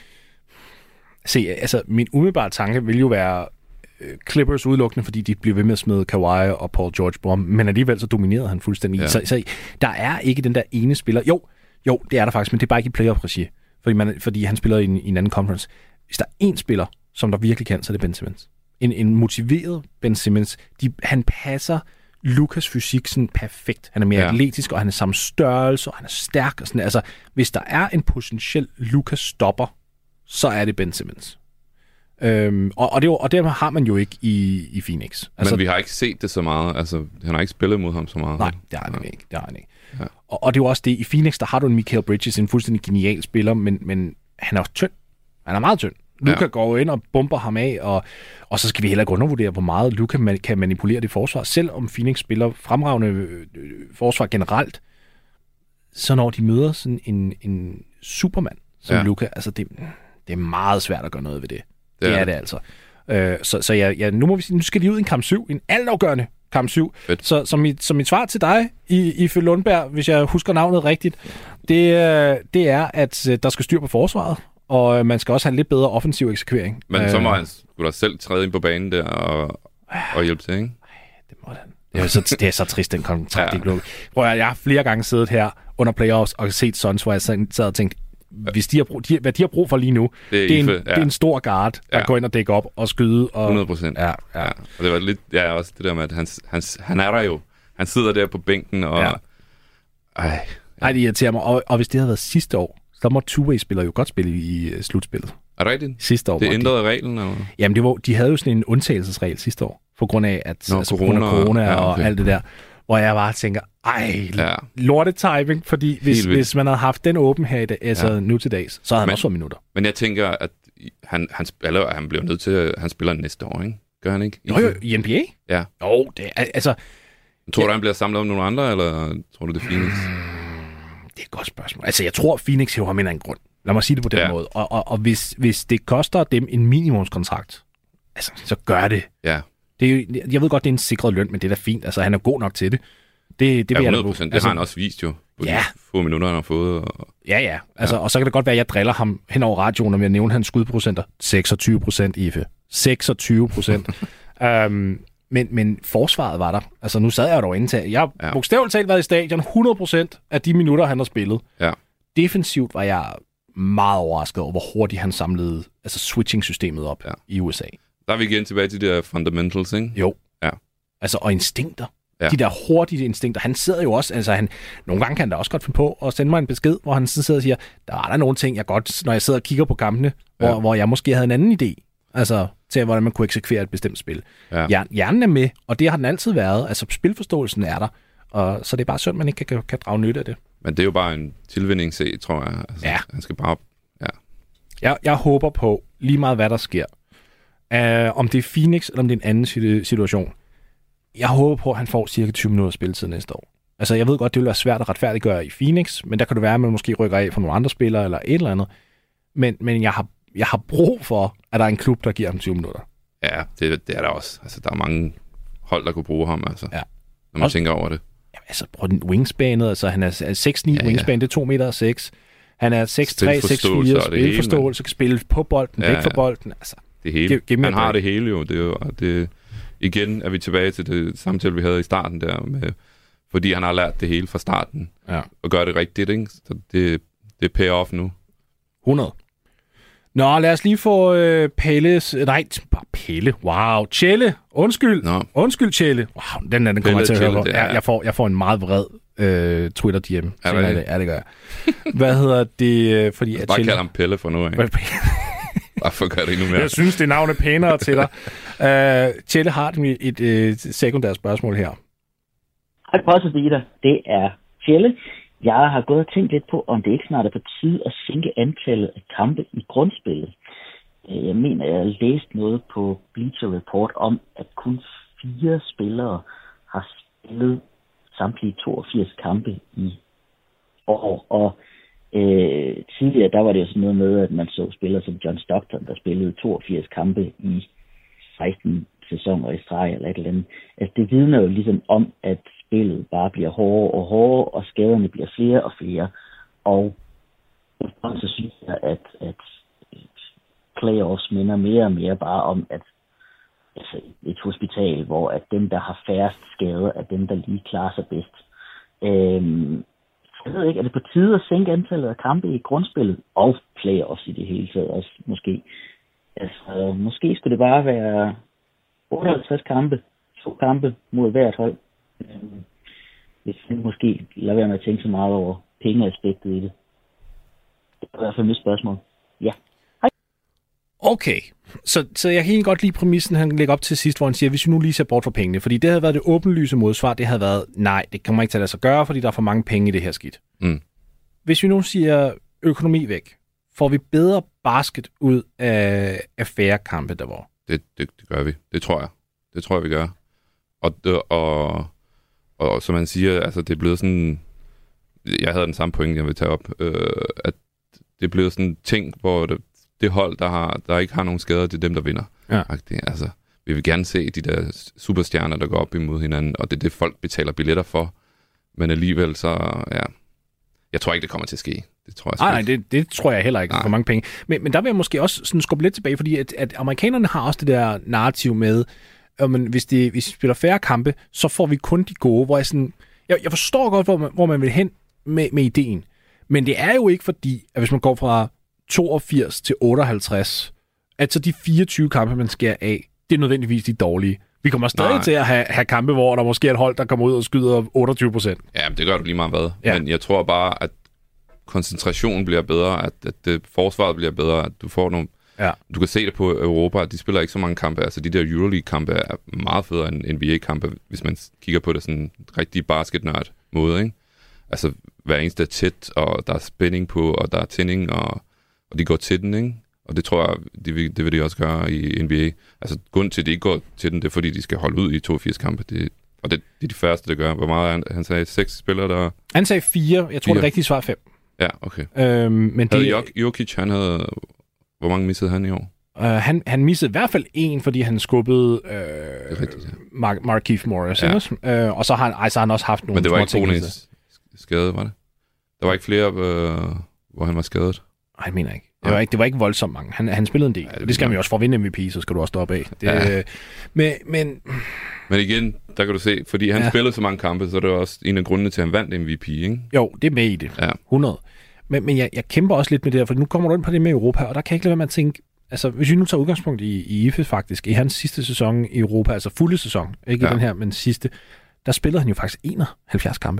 Se, altså, min umiddelbare tanke vil jo være øh, Clippers udelukkende, fordi de bliver ved med at smide Kawhi og Paul George på ham, men alligevel så dominerede han fuldstændig. Ja. Så, så der er ikke den der ene spiller... Jo, jo, det er der faktisk, men det er bare ikke i playoff-regi. Fordi, man, fordi han spiller i en, i en anden conference. Hvis der er én spiller, som der virkelig kan, så er det Ben Simmons. En, en motiveret Ben Simmons. De, han passer Lukas fysik sådan perfekt. Han er mere ja. atletisk, og han er samme størrelse, og han er stærk. Og sådan. Altså, hvis der er en potentiel Lukas stopper, så er det Ben Simmons. Øhm, og, og, det, og det har man jo ikke i, i Phoenix. Altså, Men vi har ikke set det så meget. Altså, han har ikke spillet mod ham så meget. Nej, det har han ja. ikke. Det har han ikke. Ja. Og, og det er jo også det, i Phoenix, der har du en Mikal Bridges, en fuldstændig genial spiller, men, men han er jo tynd. Han er meget tynd. Luka ja. går ind og bomber ham af, og, og så skal vi heller ikke undervurdere, hvor meget Luka man, kan manipulere det forsvar. Selvom Phoenix spiller fremragende øh, forsvar generelt, så når de møder sådan en, en supermand som ja. Luka, altså det, det er meget svært at gøre noget ved det. Det, det er det altså. Øh, så så jeg, jeg, nu, må vi sige, nu skal de ud i en kamp syv, en altafgørende kamp syv. Fedt. Så som mit, som mit svar til dig, i, i Lundberg, hvis jeg husker navnet rigtigt, det, det er, at der skal styr på forsvaret, og man skal også have en lidt bedre offensiv eksekvering. Men øh, så må han skulle da selv træde ind på banen der og, og hjælpe til, ikke? Det må han. Det er så, det er så trist, den kontrakt. Ja. Prøv at, jeg har flere gange siddet her under playoffs og set Suns, hvor jeg sad og tænkt, hvis de har brug, de, hvad de har brug for lige nu, det er, det er, en, ja. det er en stor guard, der ja. går ind og dækker op og skyde. Og, hundrede procent. Ja, ja. ja. Og det var lidt, ja, også det der med, at han, han, han er der jo. Han sidder der på bænken, og... Ja. Ej, ja. Ej, det irriterer mig. Og, og hvis det havde været sidste år, så må two-way-spillere jo godt spille i uh, slutspillet. Er det rigtigt? Sidste år. Det ændrede de, reglen? Eller? Jamen, det var, de havde jo sådan en undtagelsesregel sidste år, på grund af, at, Nå, altså, corona, corona ja, okay. og alt det der, hvor jeg bare tænker, ej, ja. lorte timing, fordi hvis, hvis man havde haft den åben her i dag, altså ja. nu til dags, så havde han men, også fået minutter. Men jeg tænker, at han, han, spiller, han bliver nødt til, han spiller næste år, ikke? Gør han ikke? Jo, jo, i N B A? Ja. Jo, det er, altså... Tror ja. du, han bliver samlet om nogle andre, eller tror du, det er Phoenix? Det er et godt spørgsmål. Altså, jeg tror, Phoenix hæver ham ind af en grund. Lad mig sige det på den ja. måde. Og, og, og hvis, hvis det koster dem en minimumskontrakt, altså, så gør det. Ja. Det er jo, jeg ved godt, det er en sikret løn, men det er da fint. Altså, han er god nok til det. Det, det ja, hundrede procent. Det altså, har han også vist jo. På ja. de få minutter, han har fået. Og... Ja, ja. Altså, ja. Og så kan det godt være, at jeg driller ham hen over radioen, og ved at nævne hans skudprocenter. seksogtyve procent, Ife. seksogtyve procent. um, men, men forsvaret var der. Altså, nu sad jeg jo dog indtaget. Jeg har ja. bogstaveligt talt været i stadion hundrede procent af de minutter, han har spillet. Ja. Defensivt var jeg meget overrasket over, hvor hurtigt han samlede altså switching-systemet op ja. i U S A. Der er vi igen tilbage til de der fundamentals, ikke? Jo. Ja. Altså, og instinkter. Ja. De der hurtige instinkter. Han sidder jo også, altså han, nogle gange kan han da også godt finde på at sende mig en besked, hvor han sidder og siger, der er der nogle ting, jeg godt, når jeg sidder og kigger på kampene, hvor, ja. hvor jeg måske havde en anden idé, altså til hvordan man kunne eksekvere et bestemt spil. Ja. Hjernen er med, og det har den altid været. Altså spilforståelsen er der, og så det er bare synd, man ikke kan, kan drage nytte af det. Men det er jo bare en tilvinding, se, tror jeg. Altså, ja. Han skal bare, ja. Jeg, jeg håber på, lige meget hvad der sker, uh, om det er Phoenix, eller om det er en anden situation. Jeg håber på, at han får cirka tyve minutter spilletid næste år. Altså, jeg ved godt, det vil være svært at retfærdiggøre i Phoenix, men der kan det være, at man måske rykker af for nogle andre spillere eller et eller andet. Men, men jeg, har, jeg har brug for, at der er en klub, der giver ham tyve minutter. Ja, det, det er der også. Altså, der er mange hold, der kunne bruge ham, altså. Ja. Når man også, tænker over det. Jamen, altså, prøv den wingspanet, altså han er seks ni ja, wingspan, ja. Det er to meter og seks. Han er seks tre, seks fire, spilforståelse, kan spille på bolden, ja, væk fra bolden, altså. Det hele. Give, give han har det hele jo, det er jo, det, igen er vi tilbage til det samtale, vi havde i starten der, med, fordi han har lært det hele fra starten, ja. Og gør det rigtigt, ikke? Så det, det pay off nu. hundrede. Nå, lad os lige få øh, Pelles... Nej, bare Pelle. Wow. Tjelle. Undskyld. Nå. Undskyld, Tjelle. Wow, den der, den kommer jeg til at høre på. Ja, jeg, får, jeg får en meget vred øh, Twitter-D M. Ja, det? Det. Ja, det gør jeg. Hvad hedder det? Fordi jeg bare kalder ham Pelle for nu, ikke? Bare for at gøre det endnu mere. Jeg synes, det navn er pænere til dig. Uh, Tjelle har et, et, et sekundært spørgsmål her. Hej, Bosse Peter. Det er Tjelle. Jeg har gået og tænkt lidt på, om det ikke snart er på tide at sænke antallet af kampe i grundspillet. Jeg mener, jeg har læst noget på Bleacher Report om, at kun fire spillere har spillet samtlige toogfirs kampe i år. Og øh, tidligere, der var det jo sådan noget med, at man så spillere som John Stockton, der spillede toogfirs kampe i seksten sæsoner i streg eller et eller andet. Altså, det vidner jo ligesom om, at spillet bare bliver hårdere og hårdere, og skaderne bliver flere og flere. Og så synes jeg, at, at playoffs minder mere og mere bare om, at altså et hospital, hvor at dem, der har færrest skader, er dem, der lige klarer sig bedst. Øhm, jeg ved ikke, er det på tide at sænke antallet af kampe i grundspillet, og playoffs i det hele taget også, måske. Altså, måske skulle det bare være otteoghalvtreds kampe, to kampe mod hvert hold. Øhm, hvis vi måske lader være med at tænke så meget over pengeaspektet i det. Det er i hvert fald mit spørgsmål. Ja. Hej. Okay, så, så jeg kan egentlig godt lide præmissen, han lægger op til sidst, hvor han siger, hvis vi nu lige ser bort fra pengene, fordi det havde været det åbenlyse modsvar, det havde været, nej, det kan man ikke tage lade sig gøre, fordi der er for mange penge i det her skidt. Mm. Hvis vi nu siger økonomi væk, får vi bedre basket ud af, af færre kampe, der var? Det, det, det gør vi, det tror jeg. Det tror jeg, vi gør. Og, og, og, og som man siger, altså det er blevet sådan, jeg havde den samme point, jeg vil tage op, øh, at det er blevet sådan en ting, hvor det, det hold, der, har, der ikke har nogen skader, det er dem, der vinder. Ja. Det, altså, vi vil gerne se de der superstjerner, der går op imod hinanden, og det er det, folk betaler billetter for. Men alligevel så, ja, jeg tror ikke, det kommer til at ske. Det tror jeg nej, nej, det, det tror jeg heller ikke, nej. For mange penge. Men, men der vil jeg måske også sådan skubbe lidt tilbage, fordi at, at amerikanerne har også det der narrativ med, at man, hvis, de, hvis de spiller færre kampe, så får vi kun de gode, hvor jeg sådan, jeg, jeg forstår godt, hvor man, hvor man vil hen med, med ideen. Men det er jo ikke fordi, at hvis man går fra toogfirs til otteoghalvtreds, at så de fireogtyve kampe, man skærer af, det er nødvendigvis de dårlige. Vi kommer stadig nej. til at have, have kampe, hvor der måske er et hold, der kommer ud og skyder otteogtyve procent. Ja, det gør du lige meget hvad. Ja. Men jeg tror bare, at koncentrationen bliver bedre, at, at det, forsvaret bliver bedre, at du får nogle... Ja. Du kan se det på Europa, at de spiller ikke så mange kampe. Altså de der Euroleague-kampe er meget federe end N B A-kampe, hvis man kigger på det sådan en rigtig basketnørd måde, ikke? Altså hver eneste er tæt, og der er spænding på, og der er tænding, og, og de går til den, ikke? Og det tror jeg, det vil, det vil de også gøre i N B A. Altså grunden til, at de ikke går til den, det er fordi, de skal holde ud i toogfirs kampe. Det, og det, det er de første, der gør. Hvor meget han, han sagde? Seks spillere, der... Han sagde fire. Jeg tror, fire. Det rigtige svar er fem. Ja, okay. Øhm, men havde det... Jokic, han havde... Hvor mange missede han i år? Uh, han, han missede i hvert fald en, fordi han skubbede uh, rigtigt, ja. Mar- Markieff Morris. Ja. Uh, og så har, han, altså, han også haft nogle... Men det var ikke Tones skade, var det? Der var ikke flere, øh, hvor han var skadet? Nej, jeg mener ikke. Det var ikke, det var ikke voldsomt mange. Han, han spillede en del. Ja, det, det skal man jo også for at vinde M V P, så skal du også stoppe af. Det, ja. men, men... men igen, der kan du se, fordi han ja. spillede så mange kampe, så er det også en af grundene til, at han vandt M V P, ikke? Jo, det er med i det. Ja. hundrede. Men, men jeg, jeg kæmper også lidt med det her, for nu kommer du ind på det med Europa, og der kan jeg ikke lade være med at tænke, altså hvis vi nu tager udgangspunkt i, i I F E faktisk, i hans sidste sæson i Europa, altså fulde sæson, ikke ja. den her, men sidste, der spillede han jo faktisk enoghalvfjerds kampe.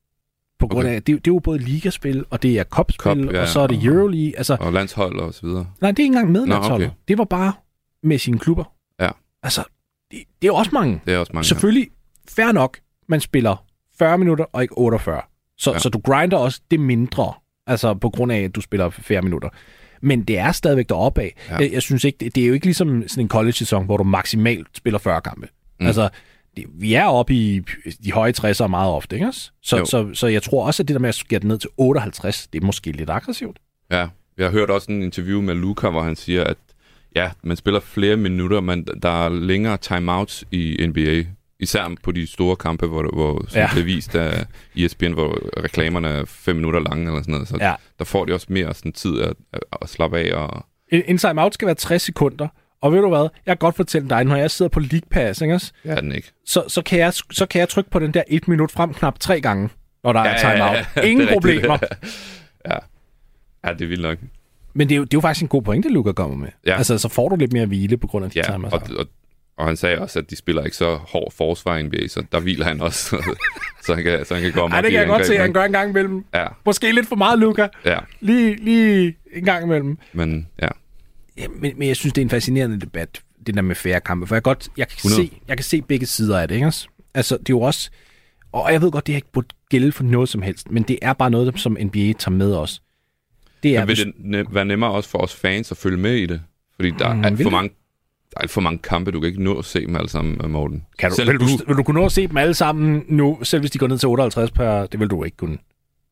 På grund okay. af, det, det er jo både ligaspil, og det er cupspil, Cup, ja, og så er det Euroleague. Altså, og landshold og så videre. Nej, det er ikke engang med landshold. Okay. Det var bare med sine klubber. Ja. Altså, det, det er også mange. Det er også mange. Selvfølgelig, ja. Fair nok, man spiller fyrre minutter og ikke otteogfyrre. Så, ja. så du grinder også det mindre, altså på grund af, at du spiller fyrre minutter. Men det er stadigvæk deroppe af. Ja. Jeg, jeg synes ikke, det, det er jo ikke ligesom sådan en college-sæson, hvor du maksimalt spiller fyrre kampe. Mm. Altså, det, vi er oppe i de høje tresser meget ofte, ikke også? Så, så, så, så jeg tror også, at det der med at skære det ned til otteoghalvtreds, det er måske lidt aggressivt. Ja, jeg har hørt også en interview med Luka, hvor han siger, at ja, man spiller flere minutter, men der er længere timeouts i N B A, Især på de store kampe, hvor, hvor som ja. bliver vist af E S P N, hvor reklamerne er fem minutter lange eller sådan noget. Så ja. der får de også mere sådan tid at, at slappe af. Og... En, en time-out skal være tres sekunder. Og ved du hvad? Jeg kan godt fortælle dig, når jeg sidder på League Pass, ikke? Ja, den ikke. Så, så, kan jeg, så kan jeg trykke på den der et minut frem knap tre gange, når der ja, er time-out. Ja, ja, Ingen problemer. ja. ja, det er vildt nok. Men det er, jo, det er jo faktisk en god pointe, Luka kommer med. Ja. Altså, så får du lidt mere hvile på grund af de ja, timer. Og, og, og han sagde også, at de spiller ikke så hård forsvar i N B A, så der hviler han også, så han kan, så han kan gå om. Ej, det kan jeg godt se, at han gør en gang imellem. Ja. Måske lidt for meget, Luka. Ja. Lige, lige en gang imellem. Men, ja. ja men, men jeg synes, det er en fascinerende debat, det der med færre kampe. For jeg, godt, jeg, kan se, jeg kan se begge sider af det, ikke? Altså, det er jo også... Og jeg ved godt, det har ikke burde gælde for noget som helst, men det er bare noget, som N B A tager med os. Det er, men vil det ne- være nemmere også for os fans at følge med i det? Fordi der er alt for mange, der er alt for mange kampe, du kan ikke nå at se dem alle sammen, Morten. Kan du, vil, du, vil du kunne nå at se dem alle sammen nu, selv hvis de går ned til otteoghalvtreds per... Det vil du ikke kunne.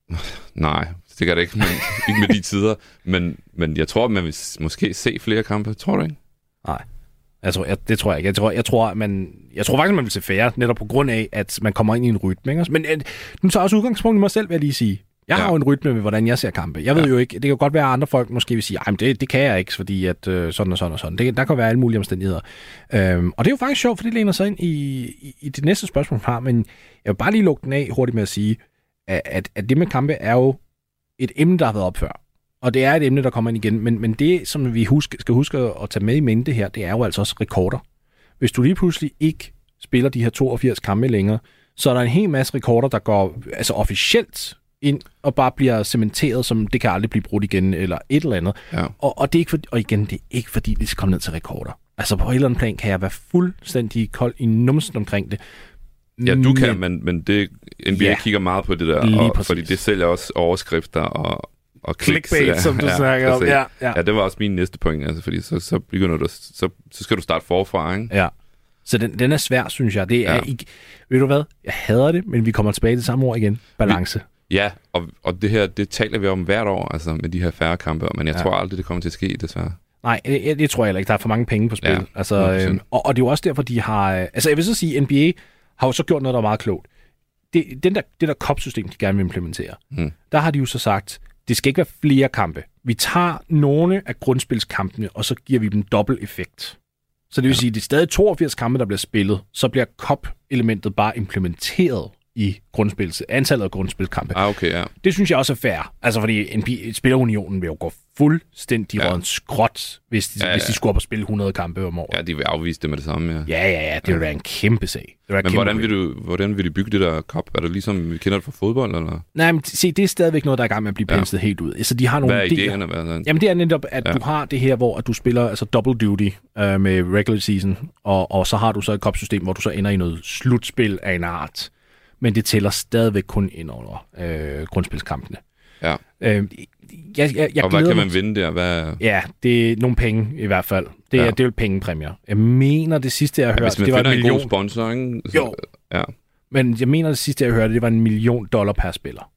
Nej, det kan det ikke, men, ikke med de tider. Men, men jeg tror, man vil måske se flere kampe. Tror du ikke? Nej. Jeg tror, jeg, det tror jeg ikke. Jeg tror, jeg tror, man, jeg tror faktisk, man vil se færre, netop på grund af, at man kommer ind i en rytme. Ikke? Men øh, nu tager jeg også udgangspunkt i mig selv, vil jeg lige sige. Jeg ja. har jo en rytme med, hvordan jeg ser kampe. Jeg ved ja. jo ikke, det kan jo godt være, at andre folk måske vil sige, at det, det kan jeg ikke, fordi at øh, sådan og sådan og sådan. Det, der kan være alle mulige omstændigheder. Øhm, og det er jo faktisk sjovt, for det læner sig ind i, i, i det næste spørgsmål, har. Men jeg vil bare lige lukke den af hurtigt med at sige, at, at, at det med kampe er jo et emne, der har været op før. Og det er et emne, der kommer ind igen. Men, men det, som vi huske, skal huske at tage med i mente her, det er jo altså også rekorder. Hvis du lige pludselig ikke spiller de her toogfirs kampe længere, så er der en hel masse rekorder, der går altså officielt ind og bare bliver cementeret, som det kan aldrig blive brudt igen, eller et eller andet. Ja. Og, og, det er ikke for, og igen, det er ikke fordi, det skal komme ned til rekorder. Altså på et eller andet plan kan jeg være fuldstændig kold i numsen omkring det. Ja, du kan, men, men det, N B A ja, kigger meget på det der, og, fordi det sælger også overskrifter og og clickbait, ja, som du ja, snakker om. Ja, ja. ja, det var også min næste point, altså, fordi så, så begynder du, så, så skal du starte forfra, ikke? Ja, så den, den er svær, synes jeg. Det er ja. ikke, ved du hvad, jeg hader det, men vi kommer tilbage til samme ord igen. Balance. Vi, ja, og, og det her, det taler vi om hvert år, altså med de her færre kampe, men jeg ja. tror aldrig, det kommer til at ske, desværre. Nej, det, det tror jeg heller ikke. Der er for mange penge på spil. Ja, altså, øhm, og, og det er jo også derfor, de har... Altså, jeg vil så sige, N B A har jo så gjort noget, der er meget klogt. Det, den der, det der cup-system, de gerne vil implementere, hmm. der har de jo så sagt, det skal ikke være flere kampe. Vi tager nogle af grundspilskampene, og så giver vi dem dobbelt effekt. Så det vil ja. sige, at det er stadig toogfirs kampe, der bliver spillet. Så bliver cup-elementet bare implementeret i grundspils, antallet af grundspilskampe. Ah, okay, ja. Det synes jeg også er fair. Altså, fordi N B A, Spillerunionen vil jo gå fuldstændig ja. råden skråt, hvis de, ja, ja. hvis de skulle op og spille hundrede kampe om året. Ja, de vil afvise det med det samme, ja. Ja, ja, ja. Det vil ja. være en kæmpe sag. Men kæmpe hvordan vil, du, hvordan vil de bygge det der cup? Er det ligesom, vi kender det fra fodbold, eller? Nej, men se, det er stadigvæk noget, der er i gang med at blive penslet ja. helt ud. Altså, de har nogle hvad er idéerne? Hvad er Jamen, det er netop, at ja. du har det her, hvor du spiller altså double duty øh, med regular season, og, og så har du så et cup-system, hvor du så ender i noget slutspil af en art. Men det tæller stadigvæk kun ind over øh, grundspilskampene. Ja. Øh, jeg, jeg, jeg og hvad kan man vinde der? Hvad... Ja, det er nogle penge i hvert fald. Det er, ja. det er jo pengepræmier. Jeg mener, det sidste, jeg hørte, ja, det var en million. Hvis man finder en god sponsor, ikke? Så, jo. Ja. Men jeg mener, det sidste, jeg hørte, det var en million dollar per spiller.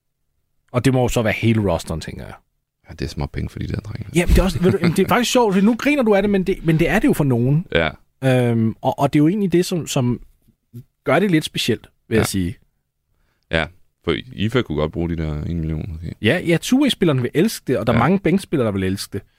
Og det må jo så være hele rosteren, tænker jeg. Ja, det er små penge for de der drenge. Ja, det er, også, ved du, det er faktisk sjovt, for nu griner du af det, men det, men det er det jo for nogen. Ja. Øhm, og, og det er jo egentlig det, som, som gør det lidt specielt, vil ja. jeg sige. Ja, for I F A kunne godt bruge de der en million. Okay. Ja, ja, two-way-spillerne vil elske det, og der ja. er mange bænkspillere, der vil elske det.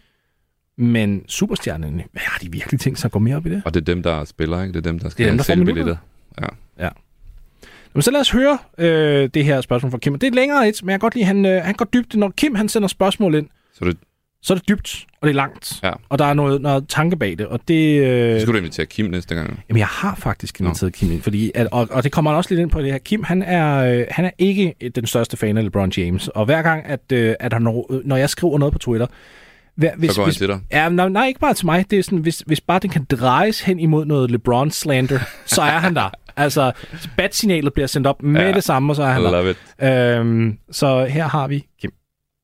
Men superstjernerne, hvad har de virkelig tænkt sig at gå mere op i det? Og det er dem, der spiller, ikke? Det er dem, der skal det er dem, der sælge billetter. Ja. ja. Men så lad os høre øh, det her spørgsmål fra Kim. Det er længere et, men jeg kan godt lide, han, øh, han går dybt. Når Kim han sender spørgsmål ind, så det... så er det dybt, og det er langt. Ja. Og der er noget, noget tanke bag det. Og det øh... så skal du invitere Kim næste gang. Jamen, jeg har faktisk inviteret Kim ind, fordi at, og, og det kommer også lidt ind på det her. Kim, han er, øh, han er ikke den største fan af LeBron James. Og hver gang, at, øh, at han, når jeg skriver noget på Twitter, hver, hvis, så går hvis, han til dig? Ja, nej, nej, ikke bare til mig. Det er sådan, hvis, hvis bare den kan drejes hen imod noget LeBron-slander, så er han der. Altså, bat-signalet bliver sendt op med ja, det samme, og så er han love der. Øhm, så her har vi Kim.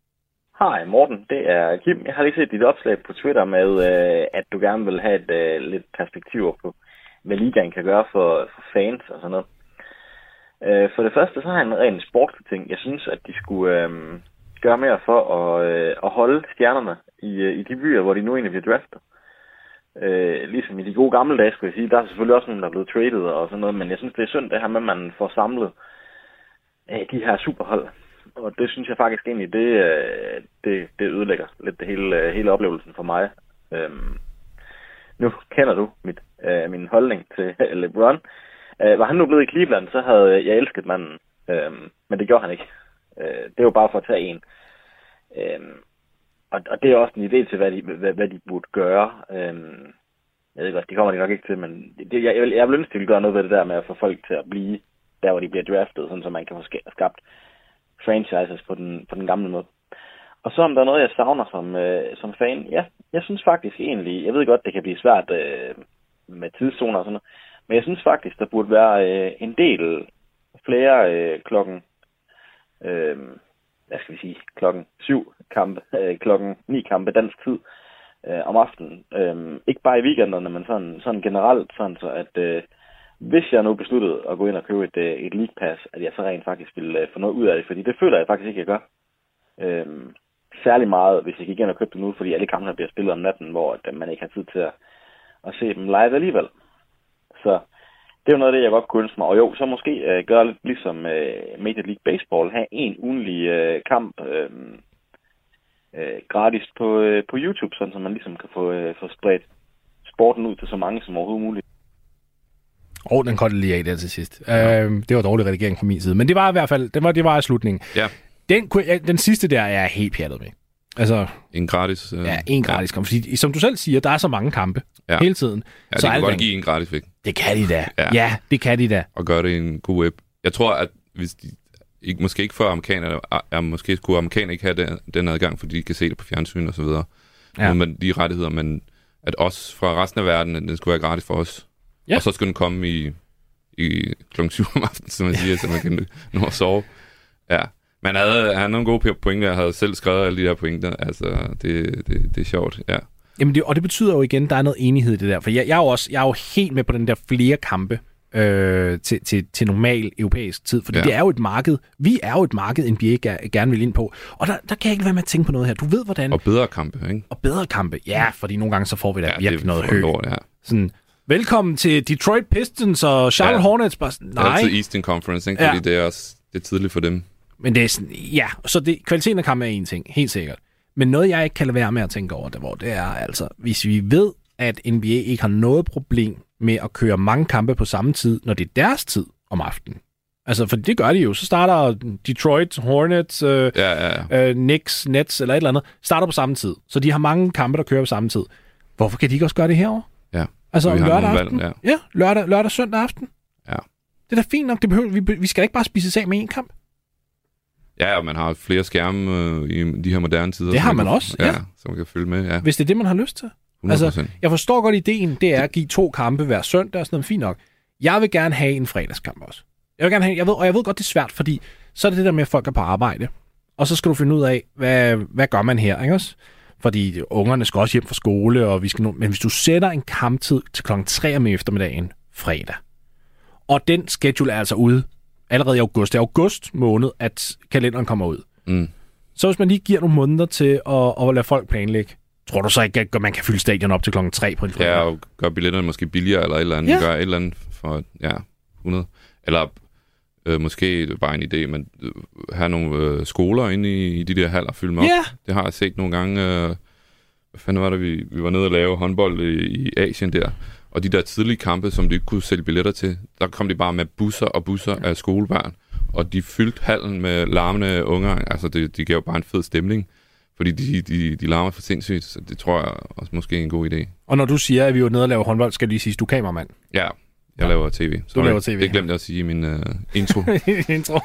Hej Morten, det er Kim. Jeg har lige set dit opslag på Twitter med, øh, at du gerne vil have et øh, lidt perspektiver på, hvad ligaen kan gøre for, for fans og sådan noget. Øh, for det første, så har jeg en ren sportslig ting. Jeg synes, at de skulle øh, gøre mere for at, øh, at holde stjernerne i, øh, i de byer, hvor de nu egentlig bliver draftet. Øh, ligesom i de gode gamle dage, skulle jeg sige. Der er selvfølgelig også nogen, der er blevet traded og sådan noget, men jeg synes, det er synd det her med, at man får samlet øh, de her superhold. Og det synes jeg faktisk egentlig, det, øh, det, det ødelægger lidt det hele, øh, hele oplevelsen for mig. Øhm, nu kender du mit, øh, min holdning til LeBron. Øh, var han nu blevet i Cleveland, så havde jeg elsket manden. Øh, men det gjorde han ikke. Øh, det var bare for at tage en. Øh, og, og det er også en idé til, hvad de, hvad, hvad de burde gøre. Øh, jeg ved godt, det kommer de nok ikke til, men det, jeg, jeg, vil, jeg vil ønske, at de vil gøre noget ved det der med at få folk til at blive der, hvor de bliver draftet, sådan så man kan få skabt franchises på den, på den gamle måde. Og så om der er noget, jeg savner som, øh, som fan, ja, jeg synes faktisk egentlig, jeg ved godt, det kan blive svært øh, med tidszoner og sådan noget, men jeg synes faktisk, der burde være øh, en del flere øh, klokken, øh, hvad skal vi sige, klokken syv kampe, øh, klokken ni kampe dansk tid øh, om aftenen. Øh, ikke bare i weekenderne, men sådan, sådan generelt, sådan så at øh, hvis jeg nu besluttede at gå ind og købe et, et League Pass, at jeg så rent faktisk ville få noget ud af det, fordi det føler jeg faktisk ikke, jeg gør. Øhm, særlig meget, hvis jeg gik ind og købte det nu, fordi alle kampene bliver spillet om natten, hvor at man ikke har tid til at, at se dem live alligevel. Så det er jo noget af det, jeg godt kunne ønske mig. Og jo, så måske øh, gøre lidt ligesom øh, Major League Baseball, have en ugenlig øh, kamp øh, øh, gratis på, øh, på YouTube, sådan så man ligesom kan få, øh, få spredt sporten ud til så mange som overhovedet muligt. Og oh, den kom lige af der til sidst. Ja. Øhm, det var dårlig redigering fra min side. Men det var i hvert fald, det var, det var i slutningen. Ja. Den, den sidste der er jeg helt pjattet med. Altså, en gratis... Øh, ja, en gratis ja. kamp. Fordi, som du selv siger, der er så mange kampe ja. hele tiden. Ja, det så kan godt den, give en gratis væk. Det kan de da. Ja. ja, det kan de da. Og gøre det i en god app. Jeg tror, at hvis de... Ikke, måske ikke for amerikanere, ja, måske skulle amerikanere ikke have den, den adgang, fordi de kan se det på fjernsyn og så videre. Ja. Men de rettigheder, men at os fra resten af verden, den skulle være gratis for os. Ja. Og så skulle den komme i... i klokken syv om aftenen, som man siger, så man kan nå at sove. Ja. Man havde, han havde nogle gode pointer, jeg havde selv skrevet alle de der pointer. Altså, det, det, det er sjovt, ja. Jamen, det, og det betyder jo igen, der er noget enighed i det der. For jeg, jeg, er, jo også, jeg er jo helt med på den der flere kampe øh, til, til, til normal europæisk tid. Fordi ja. det er jo et marked. Vi er jo et marked, N B A gerne vil ind på. Og der, der kan jeg ikke være med at tænke på noget her. Du ved, hvordan... Og bedre kampe, ikke? Og bedre kampe, ja. Fordi nogle gange så får vi da ja, virkelig noget højt. Ja. Sådan... Velkommen til Detroit Pistons og Charlotte ja. Hornets. Bare, nej. Det er altid Eastern Conference, ikke? Fordi ja. det er også det er tidligt for dem. Men det er sådan, ja, så det, kvaliteten af kampen er en ting, helt sikkert. Men noget, jeg ikke kan lade være med at tænke over, det, hvor det er altså, hvis vi ved, at N B A ikke har noget problem med at køre mange kampe på samme tid, når det er deres tid om aftenen. Altså, for det gør de jo. Så starter Detroit, Hornets, øh, ja, ja, ja. Øh, Knicks, Nets eller et eller andet, starter på samme tid. Så de har mange kampe, der kører på samme tid. Hvorfor kan de ikke også gøre det herovre? Ja. Altså om lørdag aften? Valg, ja, ja lørdag, lørdag, søndag aften. Ja. Det er da fint nok. Det behøver, vi, vi skal ikke bare spise af med en kamp. Ja, og man har flere skærme øh, i de her moderne tider. Det har man kan, også, ja. ja. Så man kan følge med, ja. Hvis det er det, man har lyst til. hundrede procent. Altså, jeg forstår godt ideen, det er at give to kampe hver søndag og sådan noget, fint nok. Jeg vil gerne have en fredagskamp også. Jeg vil gerne have, jeg ved, og jeg ved godt, det er svært, fordi så er det det der med, at folk er på arbejde. Og så skal du finde ud af, hvad, hvad gør man her, ikke også? Fordi ungerne skal også hjem fra skole, og vi skal nu... Men hvis du sætter en kamptid til klokken tre om eftermiddagen fredag, og den schedule er altså ude allerede i august. Det er august måned, at kalenderen kommer ud. Mm. Så hvis man lige giver nogle måneder til at, at lade folk planlægge, tror du så ikke, at man kan fylde stadion op til klokken tre på en fredag? Ja, og gøre billetterne måske billigere, eller et eller andet. Ja. Gøre et eller andet for, ja, hundrede. Eller øh, måske bare en idé, men øh, have nogle øh, skoler inde i, i de der haller, fylde med ja. op. Det har jeg set nogle gange. Øh, hvad fanden var det, vi, vi var nede og lave håndbold i, i Asien der. Og de der tidlige kampe, som de ikke kunne sælge billetter til, der kom de bare med busser og busser af skolebørn. Og de fyldte hallen med larmende unger. Altså, det, de gav bare en fed stemning. Fordi de, de, de larmer for sindssygt, så det tror jeg også måske er en god idé. Og når du siger, at vi var nede og lave håndbold, skal du lige sige, at du er kamermand? Ja, jeg ja. laver tv. Så du laver tv. Det glemte jeg at sige i min uh, intro. intro.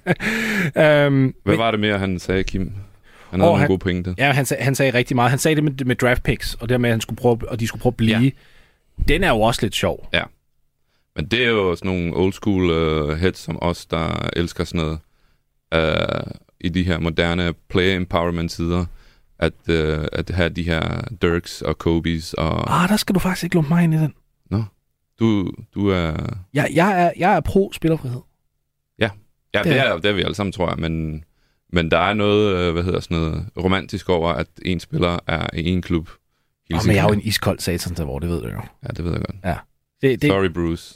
ja. um, Hvad var det mere, han sagde, Kim? Han havde nogle gode pointer. Ja, han, sag, han sagde rigtig meget. Han sagde det med, med draft picks, og det med, at han skulle prøve, og de skulle prøve at blive. Ja. Den er jo også lidt sjov. Ja. Men det er jo sådan nogle old school uh, heads som os, der elsker sådan noget uh, i de her moderne player empowerment tider, at, uh, at have de her Dirks og Kobes. Og... Ah, der skal du faktisk ikke lukke mig ind i den. Nå, du, du er... Ja, jeg er, jeg er pro-spillerfrihed. Ja, ja det, det, er, det er vi alle sammen, tror jeg, men, men der er noget, hvad hedder sådan noget, romantisk over, at en spiller er i en klub Oh, men jeg er jo en iskold satan til hvor, det ved du jo. Ja, det ved jeg godt. Ja. Det, det... Sorry, Bruce.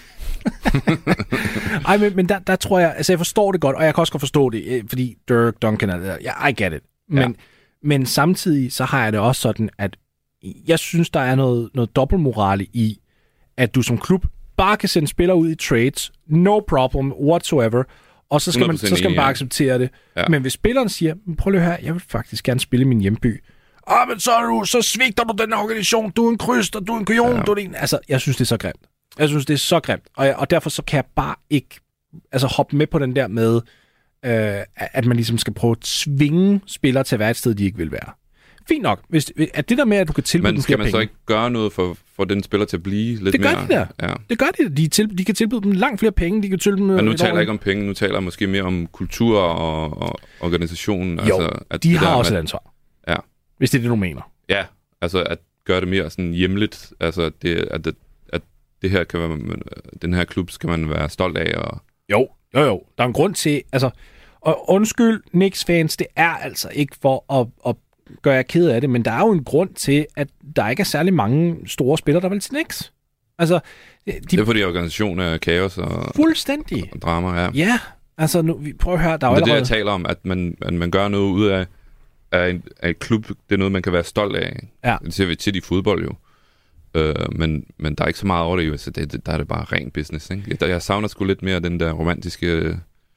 Ej, men, men der, der tror jeg, altså jeg forstår det godt, og jeg kan også godt forstå det, fordi Dirk, Duncan, ja, yeah, I get it. Men, ja. men samtidig, så har jeg det også sådan, at jeg synes, der er noget, noget dobbeltmorale i, at du som klub bare kan sende spillere ud i trades, no problem whatsoever, og så skal man, så skal man bare acceptere det. Ja. Men hvis spilleren siger, prøv lige at høre, jeg vil faktisk gerne spille i min hjemby, ah, men så, er du, så svigter du den organisation, du er en kryster, du er en kujon, ja. du er en... Altså, jeg synes, det er så grimt. Jeg synes, det er så grimt, og, jeg, og derfor så kan jeg bare ikke altså, hoppe med på den der med, øh, at man ligesom skal prøve at tvinge spillere til at være et sted, de ikke vil være. Fint nok. Hvis, at det der med, at du kan tilbyde dem flere penge... Men skal man så ikke gøre noget for, for den spiller til at blive lidt det gør mere... De der. Ja. Det gør de de, til, de kan tilbyde dem langt flere penge. De kan tilbyde dem... Men nu taler jeg ikke om penge, nu taler jeg måske mere om kultur og, og organisationen. Jo, altså, at de det har der, også man, et ansvar. Ja. Hvis det er det, du mener. Ja, altså at gøre det mere sådan hjemligt. Altså det, at, det, at det her kan være, den her klub skal man være stolt af. Og... Jo, jo, jo. Der er en grund til... Altså, og undskyld, Knicks-fans, det er altså ikke for at... at gør jeg ked af det, men der er jo en grund til, at der ikke er særlig mange store spillere, der vil til Knicks. Altså, de... Det er fordi organisationen er kaos og, fuldstændig. og drama, ja. Ja, altså, nu, vi prøver at høre, der er det er allerede... det, jeg taler om, at man, at man gør noget ud af, af, en, af et klub. Det er noget, man kan være stolt af. Ja. Det ser vi tit i fodbold jo. Øh, men, men der er ikke så meget over det jo, så det, det, der er det bare ren business, ikke? Jeg, jeg savner sgu lidt mere den der romantiske...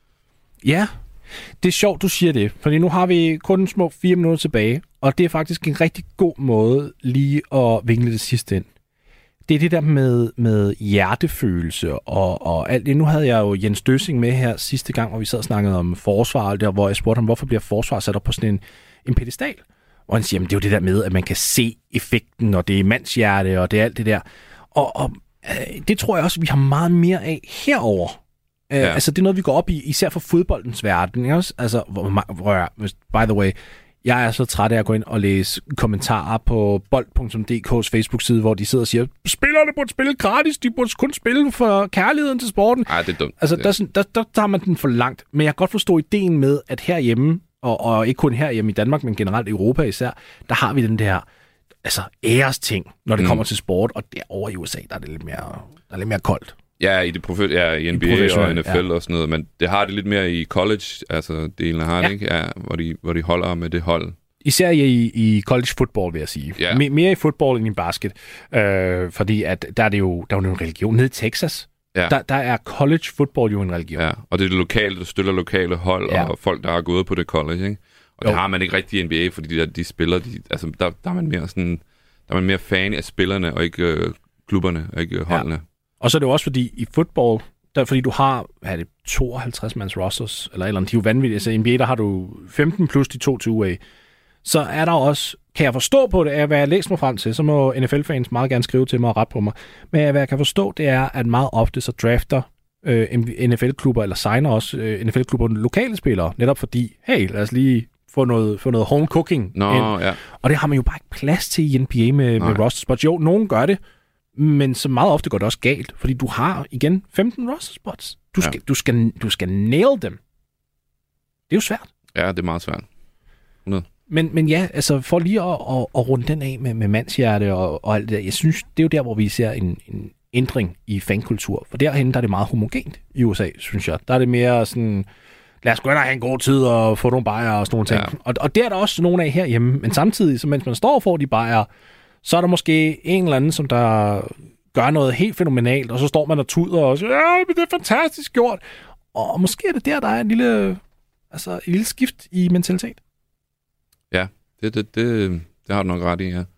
Ja, det er sjovt, du siger det, fordi nu har vi kun små fire minutter tilbage, og det er faktisk en rigtig god måde lige at vinkle det sidste ind. Det er det der med, med hjertefølelse og, og alt det. Nu havde jeg jo Jens Døssing med her sidste gang, hvor vi sad og snakkede om forsvar, der, hvor jeg spurgte ham, hvorfor bliver forsvar sat op på sådan en, en pedestal? Og han siger, jamen, det er jo det der med, at man kan se effekten, og det er mandshjerte, og det er alt det der. Og, og øh, det tror jeg også, vi har meget mere af herover. Ja. Uh, altså, det er noget, vi går op i, især for fodboldens verden. Ikke også? Altså, hvor, hvor jeg, by the way, jeg er så træt af at gå ind og læse kommentarer på bold punktum d k's Facebook-side, hvor de sidder og siger, spillerne burde spille gratis, de burde kun spille for kærligheden til sporten. Ej, det er dumt. Altså, der, der, der tager man den for langt. Men jeg kan godt forstå ideen med, at herhjemme, og, og ikke kun herhjemme i Danmark, men generelt i Europa især, der har vi den der altså, æresting, når det mm. kommer til sport, og derovre i U S A, der er det lidt mere, der er lidt mere koldt. Ja, i det profe- ja, i N B A I og N F L ja. Og sådan noget, men det har det lidt mere i college, altså delen har det, ja. Ikke? Ja, hvor de, hvor de holder med det hold. Især i, i college football, vil jeg sige. Ja. M- mere i football end i basket, øh, fordi at der er det jo, der er jo en religion nede i Texas. Ja. Der, der er college football jo en religion. Ja, og det er det lokale, der støtter lokale hold, ja. Og folk, der har gået på det college, ikke? Og jo. Det har man ikke rigtig i N B A, fordi de, der, de spiller, de, altså der, der er man mere sådan, der er man mere fan af spillerne, og ikke øh, klubberne, og ikke holdene. Ja. Og så er det jo også fordi, i football, der, fordi du har, hvad er det, tooghalvtreds mands rosters, eller eller andet, de er jo vanvittige. Altså i N B A, der har du femten plus de to til U A. Så er der også, kan jeg forstå på det, af hvad jeg læser mig frem til, så må N F L-fans meget gerne skrive til mig og rette på mig. Men hvad jeg kan forstå, det er, at meget ofte så drafter øh, N F L-klubber, eller signer også øh, N F L-klubber lokale spillere, netop fordi, hey, lad os lige få noget, få noget home cooking Nå, ind. Ja. Og det har man jo bare ikke plads til i N B A med, med roster spots. Jo, nogen gør det, men så meget ofte går det også galt, fordi du har, igen, femten roster spots. Du skal, ja. du skal, du skal nail dem. Det er jo svært. Ja, det er meget svært. hundrede Men, men ja, altså for lige at, at, at runde den af med, med mandshjerte og, og alt det der, jeg synes, det er jo der, hvor vi ser en, en ændring i fankultur. For derhen der er det meget homogent i U S A, synes jeg. Der er det mere sådan, lad os gå ind og have en god tid og få nogle bajere og sådan nogle ting. Ja. Og, og der er der også nogle af herhjemme, men samtidig, så mens man står og får de bajere, så er der måske en eller anden, som der gør noget helt fænomenalt, og så står man og tuder og siger, ja, men det er fantastisk gjort. Og måske er det der, der er en lille, altså, et lille skift i mentalitet. Ja, det, det, det, det har du nok ret i, ja.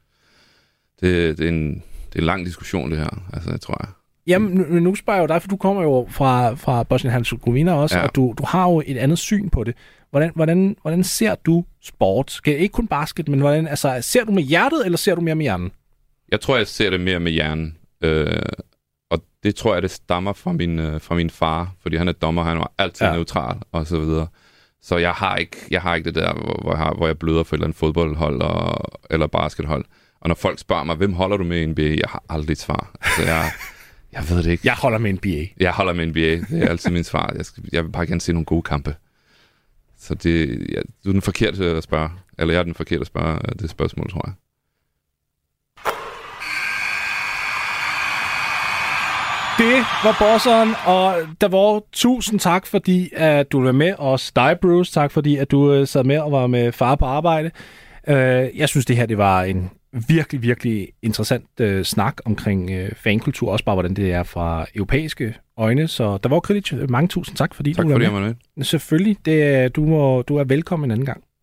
Det, det, er en, det er en lang diskussion, det her, altså, det tror jeg. Jamen, nu, nu spørger jeg jo dig, for du kommer jo fra, fra Bosnien-Herzegovina også, ja. Og du, du har jo et andet syn på det. Hvordan, hvordan, hvordan ser du sport? Ikke kun basket, men hvordan, altså, ser du med hjertet, eller ser du mere med hjernen? Jeg tror, jeg ser det mere med hjernen. Øh, og det tror jeg, det stammer fra min, øh, fra min far, fordi han er dommer, han var altid ja. neutral, og så videre. Så jeg har ikke, jeg har ikke det der, hvor, hvor, jeg, har, hvor jeg bløder for et eller andet fodboldhold og, eller baskethold. Og når folk spørger mig, hvem holder du med i N B A? Jeg har aldrig et svar. Altså, jeg, jeg ved det ikke. Jeg holder med N B A. Jeg holder med N B A. Det er altid min svar. Jeg, skal, jeg vil bare gerne se nogle gode kampe. Så det, ja, du er den forkerte at spørge. Eller jeg er den forkerte at spørge det spørgsmål, tror jeg. Det var bosseren, og der var tusind tak, fordi at du var med os. Dig, Bruce, tak fordi at du uh, sad med og var med far på arbejde. Uh, jeg synes, det her det var en virkelig, virkelig interessant uh, snak omkring uh, fankultur, også bare hvordan det er fra europæiske øjne. Så der var Krilic, mange tusind tak, fordi tak du var fordi med. Jeg var med. Selvfølgelig, det er, du, må, du er velkommen en anden gang.